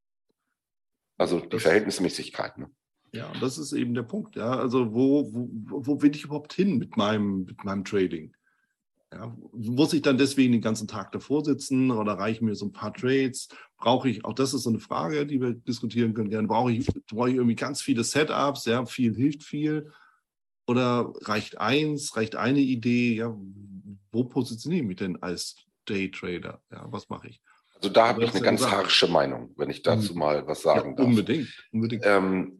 Also die Das, Verhältnismäßigkeit. Ne? Ja, und das ist eben der Punkt. Ja, also wo, wo, wo will ich überhaupt hin mit meinem, mit meinem Trading? Ja, muss ich dann deswegen den ganzen Tag davor sitzen oder reichen mir so ein paar Trades? Brauche ich, auch das ist so eine Frage, die wir diskutieren können gerne, brauche ich, brauche ich irgendwie ganz viele Setups, ja, viel hilft viel? Oder reicht eins, reicht eine Idee? Ja, wo positioniere ich mich denn als Daytrader? Ja, was mache ich? Also da habe Du ich hast eine ja ganz gesagt. harsche Meinung, wenn ich dazu mal was Ja, sagen darf. unbedingt, unbedingt. Ähm,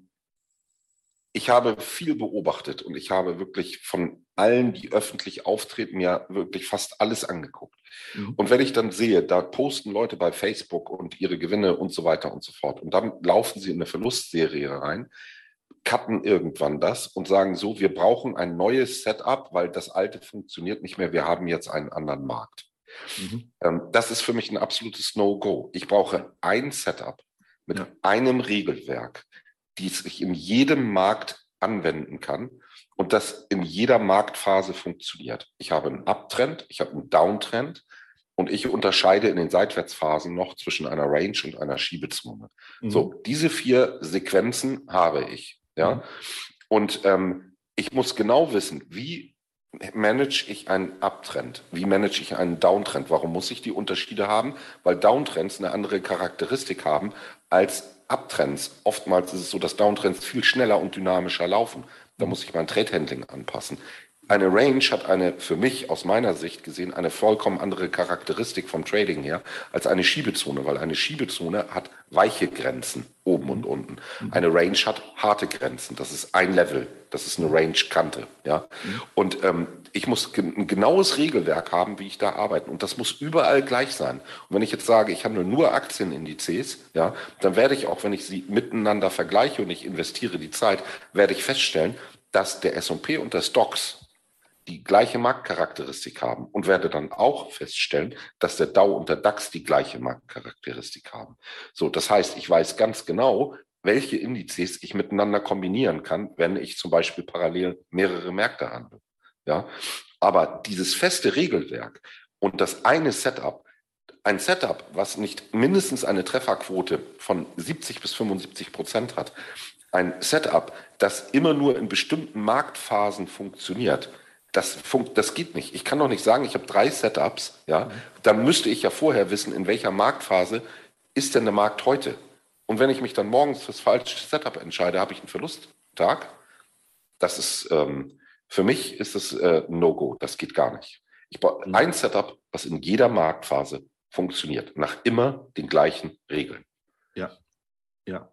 ich habe viel beobachtet und ich habe wirklich von allen, die öffentlich auftreten, mir wirklich fast alles angeguckt. Mhm. Und wenn ich dann sehe, da posten Leute bei Facebook und ihre Gewinne und so weiter und so fort und dann laufen sie in eine Verlustserie rein, cutten irgendwann das und sagen so, wir brauchen ein neues Setup, weil das alte funktioniert nicht mehr, wir haben jetzt einen anderen Markt. Mhm. Ähm, das ist für mich ein absolutes No-Go. Ich brauche ein Setup mit Ja. einem Regelwerk, die ich in jedem Markt anwenden kann und das in jeder Marktphase funktioniert. Ich habe einen Uptrend, ich habe einen Downtrend und ich unterscheide in den Seitwärtsphasen noch zwischen einer Range und einer Schiebezone. Mhm. So, diese vier Sequenzen habe ich. Ja? Mhm. Und ähm, ich muss genau wissen, wie manage ich einen Uptrend? Wie manage ich einen Downtrend? Warum muss ich die Unterschiede haben? Weil Downtrends eine andere Charakteristik haben als Uptrends. Oftmals ist es so, dass Downtrends viel schneller und dynamischer laufen. Da muss ich mein Trade-Handling anpassen. Eine Range hat eine, für mich aus meiner Sicht gesehen, eine vollkommen andere Charakteristik vom Trading her als eine Schiebezone, weil eine Schiebezone hat weiche Grenzen oben und unten. Eine Range hat harte Grenzen. Das ist ein Level. Das ist eine Range-Kante. Ja? Und ähm, ich muss ge- ein genaues Regelwerk haben, wie ich da arbeite. Und das muss überall gleich sein. Und wenn ich jetzt sage, ich handle nur Aktienindizes, ja, dann werde ich auch, wenn ich sie miteinander vergleiche und ich investiere die Zeit, werde ich feststellen, dass der S und P und der Stocks die gleiche Marktcharakteristik haben und werde dann auch feststellen, dass der Dow und der DAX die gleiche Marktcharakteristik haben. So, das heißt, ich weiß ganz genau, welche Indizes ich miteinander kombinieren kann, wenn ich zum Beispiel parallel mehrere Märkte handle. Ja, aber dieses feste Regelwerk und das eine Setup, ein Setup, was nicht mindestens eine Trefferquote von siebzig bis fünfundsiebzig Prozent hat, ein Setup, das immer nur in bestimmten Marktphasen funktioniert, das, funkt, das geht nicht. Ich kann doch nicht sagen, ich habe drei Setups, ja, dann müsste ich ja vorher wissen, in welcher Marktphase ist denn der Markt heute. Und wenn ich mich dann morgens fürs falsche Setup entscheide, habe ich einen Verlusttag. Das ist, ähm, für mich ist das äh, No-Go, das geht gar nicht. Ich brauche Mhm. ein Setup, was in jeder Marktphase funktioniert, nach immer den gleichen Regeln. Ja, ja.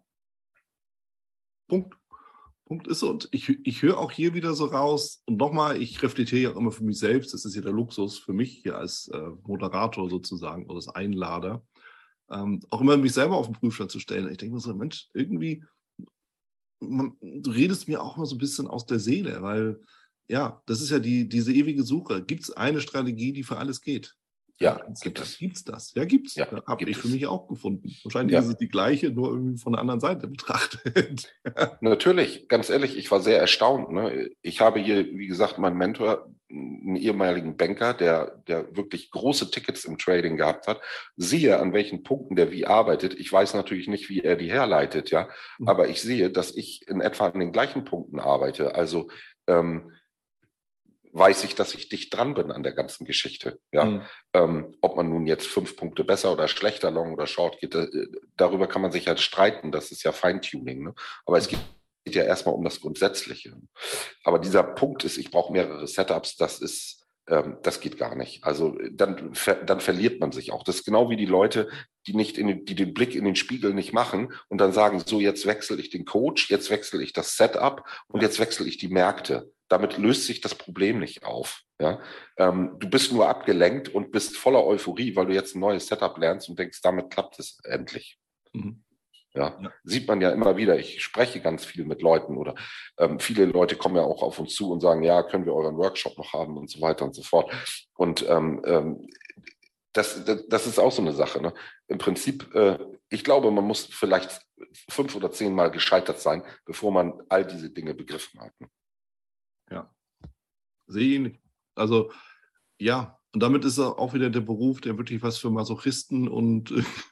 Punkt. Punkt ist so. Und ich, ich höre auch hier wieder so raus, und nochmal, ich reflektiere ja auch immer für mich selbst, das ist ja der Luxus für mich hier als äh, Moderator sozusagen oder als Einlader, ähm, auch immer mich selber auf den Prüfstand zu stellen. Ich denke mir so, Mensch, irgendwie, man, du redest mir auch mal so ein bisschen aus der Seele, weil ja, das ist ja die, diese ewige Suche. Gibt es eine Strategie, die für alles geht? Ja, ein gibt Setup. es. Gibt's das? Ja, gibt's. Ja, Ja, habe gibt ich für es. mich auch gefunden. Wahrscheinlich Ja. ist es die gleiche, nur irgendwie von der anderen Seite betrachtet. Natürlich, ganz ehrlich, ich war sehr erstaunt. Ne? Ich habe hier, wie gesagt, meinen Mentor, einen ehemaligen Banker, der, der wirklich große Tickets im Trading gehabt hat, sehe, an welchen Punkten der wie arbeitet. Ich weiß natürlich nicht, wie er die herleitet, ja, Mhm. aber ich sehe, dass ich in etwa an den gleichen Punkten arbeite. Also ähm, weiß ich, dass ich dicht dran bin an der ganzen Geschichte. Ja? Mhm. Ähm, ob man nun jetzt fünf Punkte besser oder schlechter Long oder Short geht, äh, darüber kann man sich halt streiten. Das ist ja Feintuning. Ne? Aber es geht ja erstmal um das Grundsätzliche. Aber dieser Punkt ist, ich brauche mehrere Setups, das ist, ähm, das geht gar nicht. Also dann, dann verliert man sich auch. Das ist genau wie die Leute, die nicht in den, die den Blick in den Spiegel nicht machen und dann sagen, so jetzt wechsle ich den Coach, jetzt wechsle ich das Setup und jetzt wechsle ich die Märkte. Damit löst sich das Problem nicht auf. Ja? Ähm, du bist nur abgelenkt und bist voller Euphorie, weil du jetzt ein neues Setup lernst und denkst, damit klappt es endlich. Mhm. Ja? Ja, sieht man ja immer wieder. Ich spreche ganz viel mit Leuten oder ähm, viele Leute kommen ja auch auf uns zu und sagen, ja, können wir euren Workshop noch haben und so weiter und so fort. Und ähm, ähm, das, das, das ist auch so eine Sache. Ne? Im Prinzip, äh, ich glaube, man muss vielleicht fünf oder zehn Mal gescheitert sein, bevor man all diese Dinge begriffen hat. Ne? Ja, sehe ihn. Also, ja, und damit ist er auch wieder der Beruf, der wirklich was für Masochisten und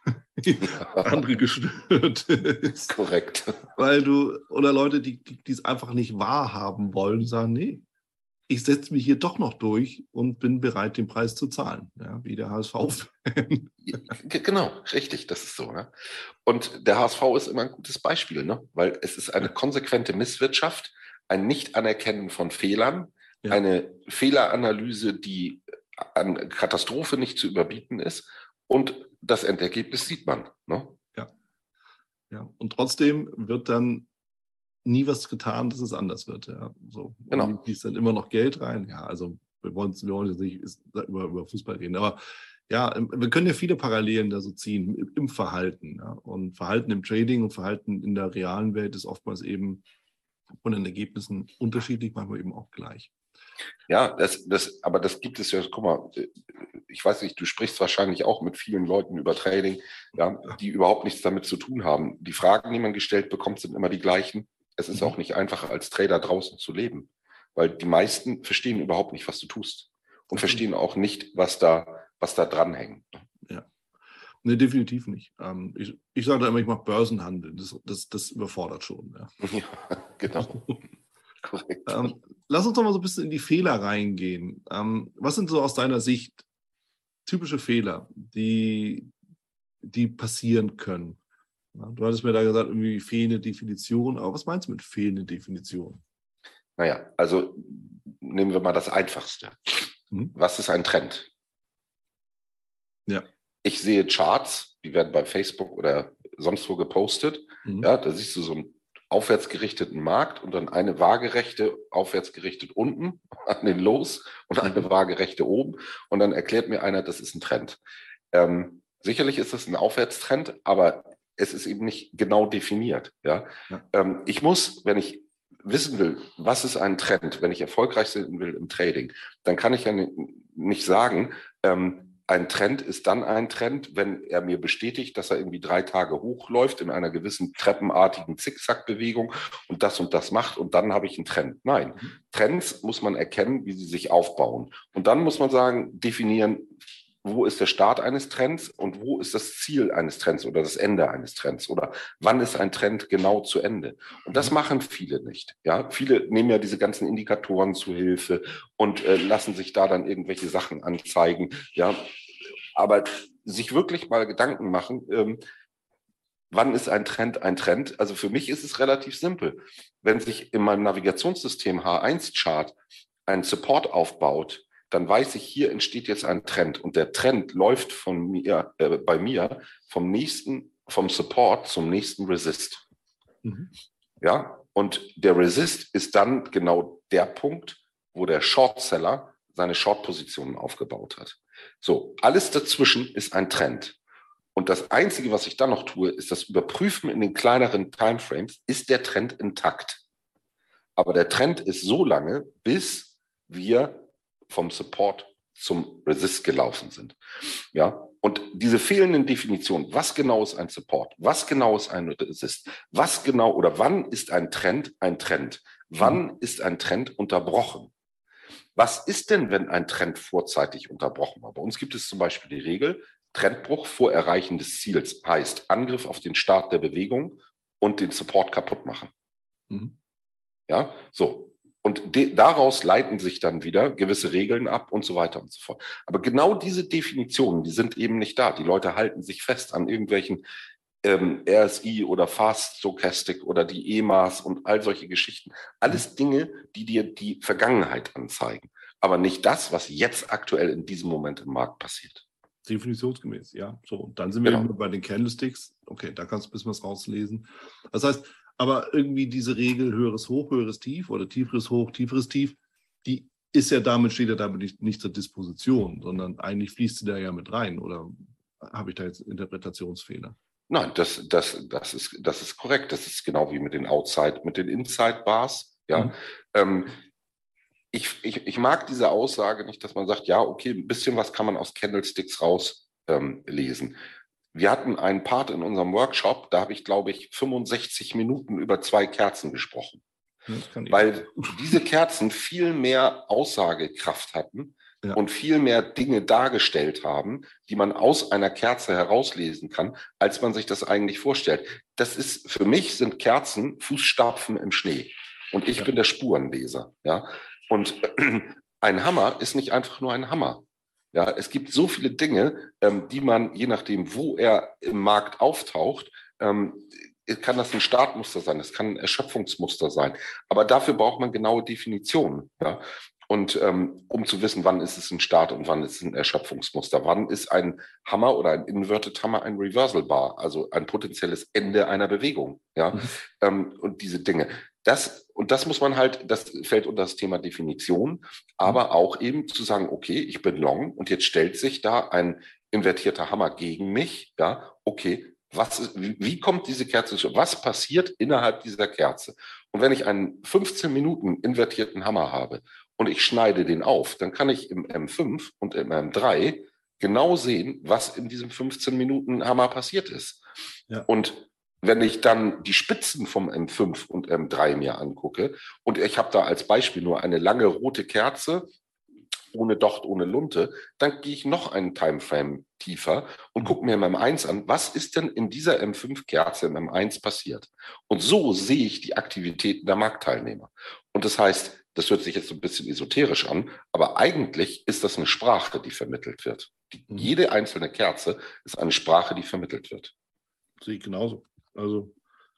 andere gestört ist. Korrekt. Weil du, oder Leute, die es einfach nicht wahrhaben wollen, sagen, nee, ich setze mich hier doch noch durch und bin bereit, den Preis zu zahlen, ja, wie der H S V-Fan. Genau, richtig, das ist so. Ne? Und der H S V ist immer ein gutes Beispiel, ne? Weil es ist eine konsequente Misswirtschaft, ein Nicht-Anerkennen von Fehlern, ja. Eine Fehleranalyse, die an Katastrophe nicht zu überbieten ist und das Endergebnis sieht man. Ne? Ja. Ja. Und trotzdem wird dann nie was getan, dass es anders wird. Ja. So. Genau. Und fließt dann immer noch Geld rein. Ja, also wir wollen, wir wollen jetzt nicht über, über Fußball reden, aber ja, wir können ja viele Parallelen da so ziehen im, im Verhalten. Ja. Und Verhalten im Trading und Verhalten in der realen Welt ist oftmals eben von den Ergebnissen unterschiedlich, manchmal eben auch gleich. Ja, das, das, aber das gibt es ja, guck mal, ich weiß nicht, du sprichst wahrscheinlich auch mit vielen Leuten über Trading, ja, die überhaupt nichts damit zu tun haben. Die Fragen, die man gestellt bekommt, sind immer die gleichen. Es ist auch nicht einfach, als Trader draußen zu leben, weil die meisten verstehen überhaupt nicht, was du tust und verstehen auch nicht, was da, was da dranhängt. Ja. Nee, definitiv nicht. Ähm, ich, ich sage da immer, ich mache Börsenhandel. Das, das, das überfordert schon. Ja, ja genau. Korrekt. Ähm, lass uns doch mal so ein bisschen in die Fehler reingehen. Ähm, was sind so aus deiner Sicht typische Fehler, die, die passieren können? Ja, du hattest mir da gesagt, irgendwie fehlende Definition. Aber was meinst du mit fehlende Definition? Naja, also nehmen wir mal das Einfachste. Hm? Was ist ein Trend? Ja. Ich sehe Charts, die werden bei Facebook oder sonst wo gepostet. Mhm. Ja, da siehst du so einen aufwärtsgerichteten Markt und dann eine waagerechte, aufwärtsgerichtet unten an den Lows und eine waagerechte oben. Und dann erklärt mir einer, das ist ein Trend. Ähm, sicherlich ist das ein Aufwärtstrend, aber es ist eben nicht genau definiert. Ja? Ja. Ähm, ich muss, wenn ich wissen will, was ist ein Trend, wenn ich erfolgreich sein will im Trading, dann kann ich ja nicht sagen, ähm, ein Trend ist dann ein Trend, wenn er mir bestätigt, dass er irgendwie drei Tage hochläuft in einer gewissen treppenartigen Zickzackbewegung und das und das macht und dann habe ich einen Trend. Nein, mhm. Trends muss man erkennen, wie sie sich aufbauen. Und dann muss man sagen, definieren, wo ist der Start eines Trends und wo ist das Ziel eines Trends oder das Ende eines Trends oder wann ist ein Trend genau zu Ende. Und das machen viele nicht. Ja, viele nehmen ja diese ganzen Indikatoren zu Hilfe und äh, lassen sich da dann irgendwelche Sachen anzeigen. Ja, aber sich wirklich mal Gedanken machen, ähm, wann ist ein Trend ein Trend? Also für mich ist es relativ simpel. Wenn sich in meinem Navigationssystem H eins Chart ein Support aufbaut, dann weiß ich, hier entsteht jetzt ein Trend und der Trend läuft von mir, äh, bei mir vom nächsten, vom Support zum nächsten Resist. Mhm. Ja, und der Resist ist dann genau der Punkt, wo der Shortseller seine Short-Positionen aufgebaut hat. So, alles dazwischen ist ein Trend. Und das Einzige, was ich dann noch tue, ist das Überprüfen in den kleineren Timeframes, ist der Trend intakt. Aber der Trend ist so lange, bis wir vom Support zum Resist gelaufen sind. Ja, und diese fehlenden Definitionen, was genau ist ein Support, was genau ist ein Resist, was genau oder wann ist ein Trend ein Trend, wann ist ein Trend unterbrochen? Was ist denn, wenn ein Trend vorzeitig unterbrochen war? Bei uns gibt es zum Beispiel die Regel, Trendbruch vor Erreichen des Ziels heißt Angriff auf den Start der Bewegung und den Support kaputt machen. Mhm. Ja, so. Und de- daraus leiten sich dann wieder gewisse Regeln ab und so weiter und so fort. Aber genau diese Definitionen, die sind eben nicht da. Die Leute halten sich fest an irgendwelchen ähm, R S I oder Fast Stochastic oder die E M As und all solche Geschichten. Alles Dinge, die dir die Vergangenheit anzeigen. Aber nicht das, was jetzt aktuell in diesem Moment im Markt passiert. Definitionsgemäß, ja. So, und dann sind wir Genau. eben bei den Candlesticks. Okay, da kannst du ein bisschen was rauslesen. Das heißt, aber irgendwie diese Regel höheres Hoch, höheres Tief oder tieferes Hoch, tieferes Tief, die ist ja damit, steht ja damit nicht, nicht zur Disposition, sondern eigentlich fließt sie da ja mit rein. Oder habe ich da jetzt Interpretationsfehler? Nein, das, das, das, ist, das ist korrekt. Das ist genau wie mit den Outside, mit den Inside Bars. Ja. Mhm. Ähm, ich, ich, ich mag diese Aussage nicht, dass man sagt, ja, okay, ein bisschen was kann man aus Candlesticks raus ähm, lesen. Wir hatten einen Part in unserem Workshop, da habe ich, glaube ich, fünfundsechzig Minuten über zwei Kerzen gesprochen. Das kann ich. Weil diese Kerzen viel mehr Aussagekraft hatten ja. und viel mehr Dinge dargestellt haben, die man aus einer Kerze herauslesen kann, als man sich das eigentlich vorstellt. Das ist, für mich sind Kerzen Fußstapfen im Schnee. Und ich ja. bin der Spurenleser. Ja? Und äh, ein Hammer ist nicht einfach nur ein Hammer. Ja, es gibt so viele Dinge, ähm, die man, je nachdem, wo er im Markt auftaucht, ähm, kann das ein Startmuster sein, es kann ein Erschöpfungsmuster sein. Aber dafür braucht man genaue Definitionen. Ja? Und ähm, um zu wissen, wann ist es ein Start und wann ist es ein Erschöpfungsmuster, wann ist ein Hammer oder ein Inverted Hammer ein Reversal Bar, also ein potenzielles Ende einer Bewegung. Ja? Mhm. Ähm, und diese Dinge. Das, und das muss man halt, das fällt unter das Thema Definition, aber auch eben zu sagen, okay, ich bin long und jetzt stellt sich da ein invertierter Hammer gegen mich. Ja, okay, was ist, wie, wie kommt diese Kerze zu? Was passiert innerhalb dieser Kerze? Und wenn ich einen fünfzehn Minuten invertierten Hammer habe und ich schneide den auf, dann kann ich im M fünf und im M drei genau sehen, was in diesem fünfzehn Minuten Hammer passiert ist. Ja. Und wenn ich dann die Spitzen vom M fünf und M drei mir angucke und ich habe da als Beispiel nur eine lange rote Kerze, ohne Docht, ohne Lunte, dann gehe ich noch einen Timeframe tiefer und gucke mir im M eins an, was ist denn in dieser M fünf Kerze im M eins passiert? Und so sehe ich die Aktivitäten der Marktteilnehmer. Und das heißt, das hört sich jetzt so ein bisschen esoterisch an, aber eigentlich ist das eine Sprache, die vermittelt wird. Die, mhm. Jede einzelne Kerze ist eine Sprache, die vermittelt wird. Sehe ich genauso. Also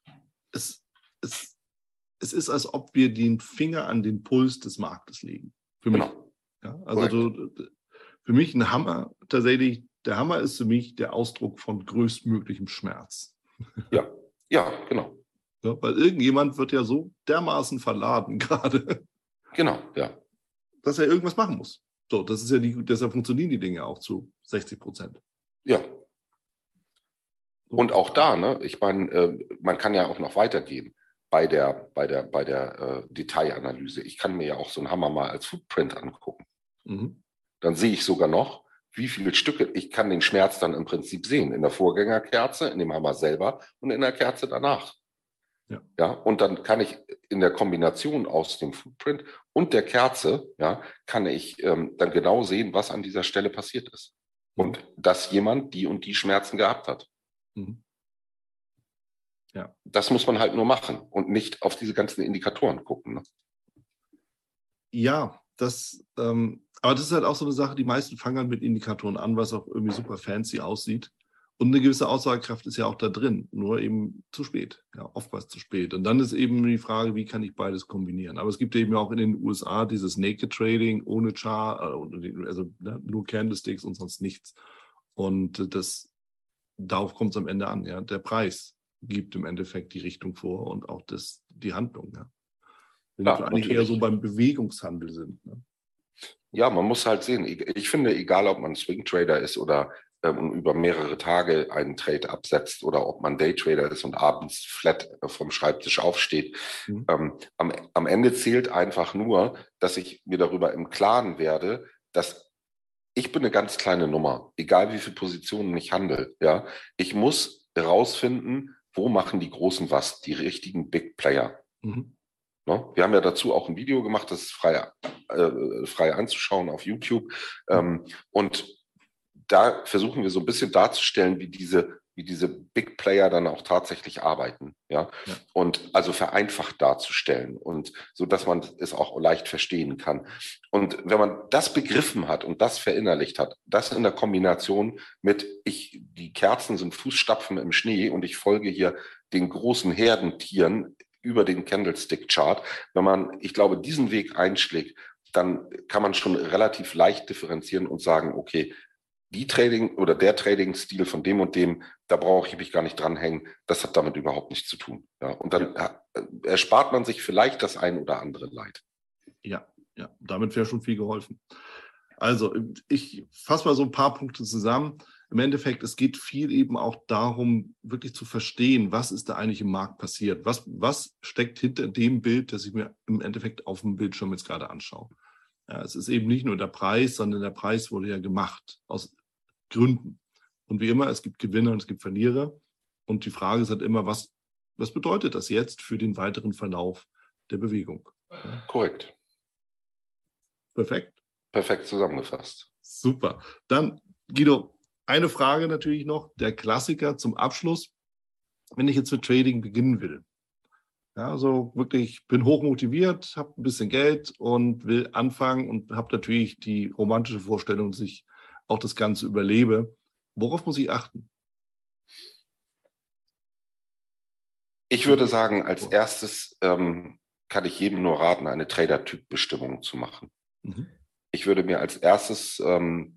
es, es, es ist, als ob wir den Finger an den Puls des Marktes legen. Für mich. Genau. Ja, also du, für mich ein Hammer, tatsächlich, der Hammer ist für mich der Ausdruck von größtmöglichem Schmerz. Ja, ja, genau. Ja, weil irgendjemand wird ja so dermaßen verladen gerade. Genau, ja. Dass er irgendwas machen muss. So, das ist ja die, deshalb funktionieren die Dinge auch zu sechzig Prozent. Ja. Und auch da, ne, ich meine, äh, man kann ja auch noch weitergehen bei der, bei der, bei der äh, Detailanalyse. Ich kann mir ja auch so einen Hammer mal als Footprint angucken. Mhm. Dann sehe ich sogar noch, wie viele Stücke, ich kann den Schmerz dann im Prinzip sehen, in der Vorgängerkerze, in dem Hammer selber und in der Kerze danach. Ja. Ja, und dann kann ich in der Kombination aus dem Footprint und der Kerze, ja, kann ich ähm, dann genau sehen, was an dieser Stelle passiert ist. Mhm. Und dass jemand die und die Schmerzen gehabt hat. Mhm. Ja. Das muss man halt nur machen und nicht auf diese ganzen Indikatoren gucken. Ne? Ja, das, ähm, aber das ist halt auch so eine Sache, die meisten fangen halt mit Indikatoren an, was auch irgendwie super fancy aussieht. Und eine gewisse Aussagekraft ist ja auch da drin, nur eben zu spät, ja, oftmals zu spät. Und dann ist eben die Frage, wie kann ich beides kombinieren? Aber es gibt eben auch in den U S A dieses Naked Trading ohne Chart, also ne, nur Candlesticks und sonst nichts. Und das, darauf kommt es am Ende an, ja, der Preis gibt im Endeffekt die Richtung vor und auch das, die Handlung. Ja. Wenn ja, wir eigentlich natürlich eher so beim Bewegungshandel sind. Ne? Ja, man muss halt sehen. Ich finde, egal ob man Swing Trader ist oder ähm, über mehrere Tage einen Trade absetzt oder ob man Daytrader ist und abends flat vom Schreibtisch aufsteht, mhm. ähm, am, am Ende zählt einfach nur, dass ich mir darüber im Klaren werde, dass ich bin eine ganz kleine Nummer, egal wie viele Positionen ich handle. Ja, ich muss herausfinden, wo machen die Großen was, die richtigen Big Player. Mhm. No? Wir haben ja dazu auch ein Video gemacht, das ist frei, äh, frei anzuschauen auf YouTube. Mhm. Ähm, und da versuchen wir so ein bisschen darzustellen, wie diese, wie diese Big Player dann auch tatsächlich arbeiten, ja, ja. Und also vereinfacht darzustellen und so, dass man es auch leicht verstehen kann. Und wenn man das begriffen hat und das verinnerlicht hat, das in der Kombination mit, ich, die Kerzen sind Fußstapfen im Schnee und ich folge hier den großen Herdentieren über den Candlestick-Chart, wenn man, ich glaube, diesen Weg einschlägt, dann kann man schon relativ leicht differenzieren und sagen, okay, die Trading oder der Trading-Stil von dem und dem, da brauche ich mich gar nicht dranhängen, das hat damit überhaupt nichts zu tun. Ja, und dann ja. erspart man sich vielleicht das ein oder andere Leid. Ja, ja, damit wäre schon viel geholfen. Also ich fasse mal so ein paar Punkte zusammen. Im Endeffekt, es geht viel eben auch darum, wirklich zu verstehen, was ist da eigentlich im Markt passiert? Was, was steckt hinter dem Bild, das ich mir im Endeffekt auf dem Bildschirm jetzt gerade anschaue? Ja, es ist eben nicht nur der Preis, sondern der Preis wurde ja gemacht aus Gründen. Und wie immer, es gibt Gewinner und es gibt Verlierer. Und die Frage ist halt immer, was, was bedeutet das jetzt für den weiteren Verlauf der Bewegung? Ja. Korrekt. Perfekt. Perfekt zusammengefasst. Super. Dann, Guido, eine Frage natürlich noch, der Klassiker zum Abschluss. Wenn ich jetzt mit Trading beginnen will, ja, also wirklich, bin hochmotiviert, habe ein bisschen Geld und will anfangen und habe natürlich die romantische Vorstellung, dass ich auch das Ganze überlebe. Worauf muss ich achten? Ich würde sagen, als erstes ähm, kann ich jedem nur raten, eine Trader-Typ-Bestimmung zu machen. Mhm. Ich würde mir als erstes ähm,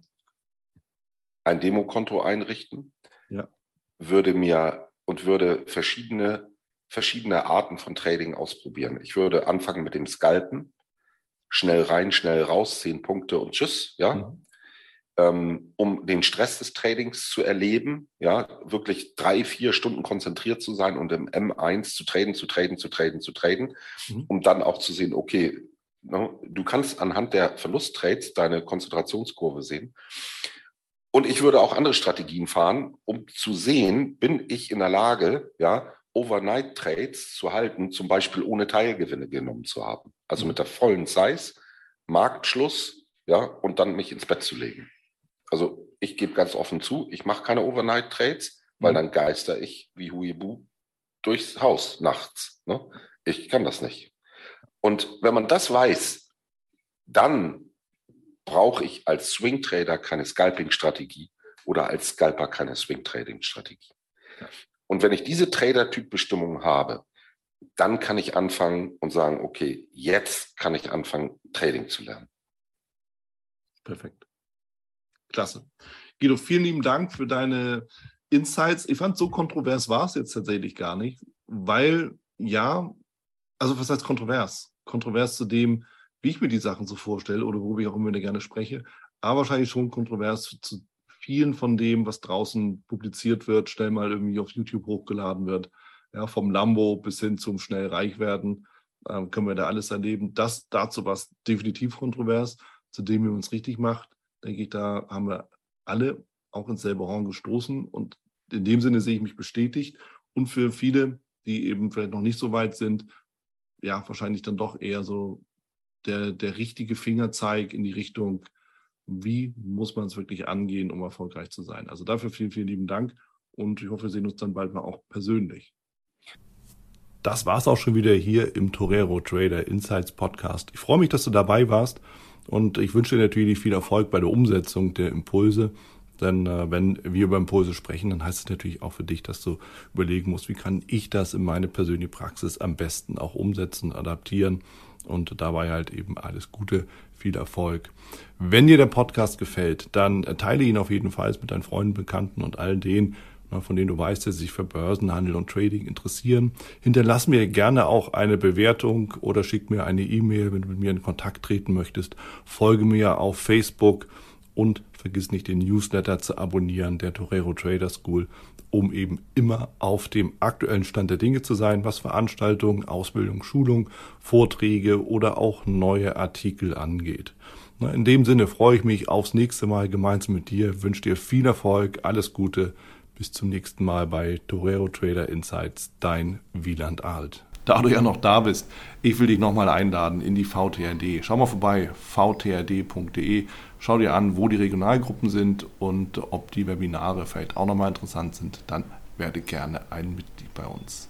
ein Demokonto einrichten, ja. würde mir und würde verschiedene, verschiedene Arten von Trading ausprobieren. Ich würde anfangen mit dem Scalpen, schnell rein, schnell raus, zehn Punkte und tschüss, ja. Mhm. Ähm, um den Stress des Tradings zu erleben, ja, wirklich drei, vier Stunden konzentriert zu sein und im M eins zu traden, zu traden, zu traden, zu traden, mhm. um dann auch zu sehen, okay, no, du kannst anhand der Verlusttrades deine Konzentrationskurve sehen. Und ich würde auch andere Strategien fahren, um zu sehen, bin ich in der Lage, ja, Overnight-Trades zu halten, zum Beispiel ohne Teilgewinne genommen zu haben. Also mit der vollen Size, Marktschluss, ja, und dann mich ins Bett zu legen. Also ich gebe ganz offen zu, ich mache keine Overnight-Trades, weil dann geister ich wie Huibu durchs Haus nachts. Ne? Ich kann das nicht. Und wenn man das weiß, dann brauche ich als Swing-Trader keine Scalping-Strategie oder als Scalper keine Swing-Trading-Strategie. Ja. Und wenn ich diese Trader-Typ-Bestimmung habe, dann kann ich anfangen und sagen, okay, jetzt kann ich anfangen, Trading zu lernen. Perfekt. Klasse. Guido, vielen lieben Dank für deine Insights. Ich fand, so kontrovers war es jetzt tatsächlich gar nicht, weil, ja, also was heißt kontrovers? Kontrovers zu dem, wie ich mir die Sachen so vorstelle oder worüber ich auch immer gerne spreche, aber wahrscheinlich schon kontrovers zu vielen von dem, was draußen publiziert wird, schnell mal irgendwie auf YouTube hochgeladen wird, ja, vom Lambo bis hin zum schnell reich werden, äh, können wir da alles erleben. Das dazu war es definitiv kontrovers, zu dem, wie man es richtig macht, denke ich, da haben wir alle auch ins selbe Horn gestoßen und in dem Sinne sehe ich mich bestätigt und für viele, die eben vielleicht noch nicht so weit sind, ja, wahrscheinlich dann doch eher so der, der richtige Fingerzeig in die Richtung, wie muss man es wirklich angehen, um erfolgreich zu sein. Also dafür vielen, vielen lieben Dank und ich hoffe, wir sehen uns dann bald mal auch persönlich. Das war es auch schon wieder hier im Torero Trader Insights Podcast. Ich freue mich, dass du dabei warst und ich wünsche dir natürlich viel Erfolg bei der Umsetzung der Impulse. Denn äh, wenn wir über Impulse sprechen, dann heißt es natürlich auch für dich, dass du überlegen musst, wie kann ich das in meine persönliche Praxis am besten auch umsetzen, adaptieren und dabei halt eben alles Gute, viel Erfolg. Wenn dir der Podcast gefällt, dann teile ihn auf jeden Fall mit deinen Freunden, Bekannten und all denen, von denen du weißt, dass sie sich für Börsenhandel und Trading interessieren. Hinterlass mir gerne auch eine Bewertung oder schick mir eine E-Mail, wenn du mit mir in Kontakt treten möchtest. Folge mir auf Facebook und vergiss nicht, den Newsletter zu abonnieren, der Torero Trader School, um eben immer auf dem aktuellen Stand der Dinge zu sein, was Veranstaltungen, Ausbildung, Schulung, Vorträge oder auch neue Artikel angeht. In dem Sinne freue ich mich aufs nächste Mal gemeinsam mit dir, wünsche dir viel Erfolg, alles Gute. Bis zum nächsten Mal bei Torero Trader Insights, dein Wieland Alt. da du ja noch da bist, ich will dich nochmal einladen in die V T R D. Schau mal vorbei, v t r d punkt d e. Schau dir an, wo die Regionalgruppen sind und ob die Webinare vielleicht auch nochmal interessant sind. Dann werde gerne ein Mitglied bei uns.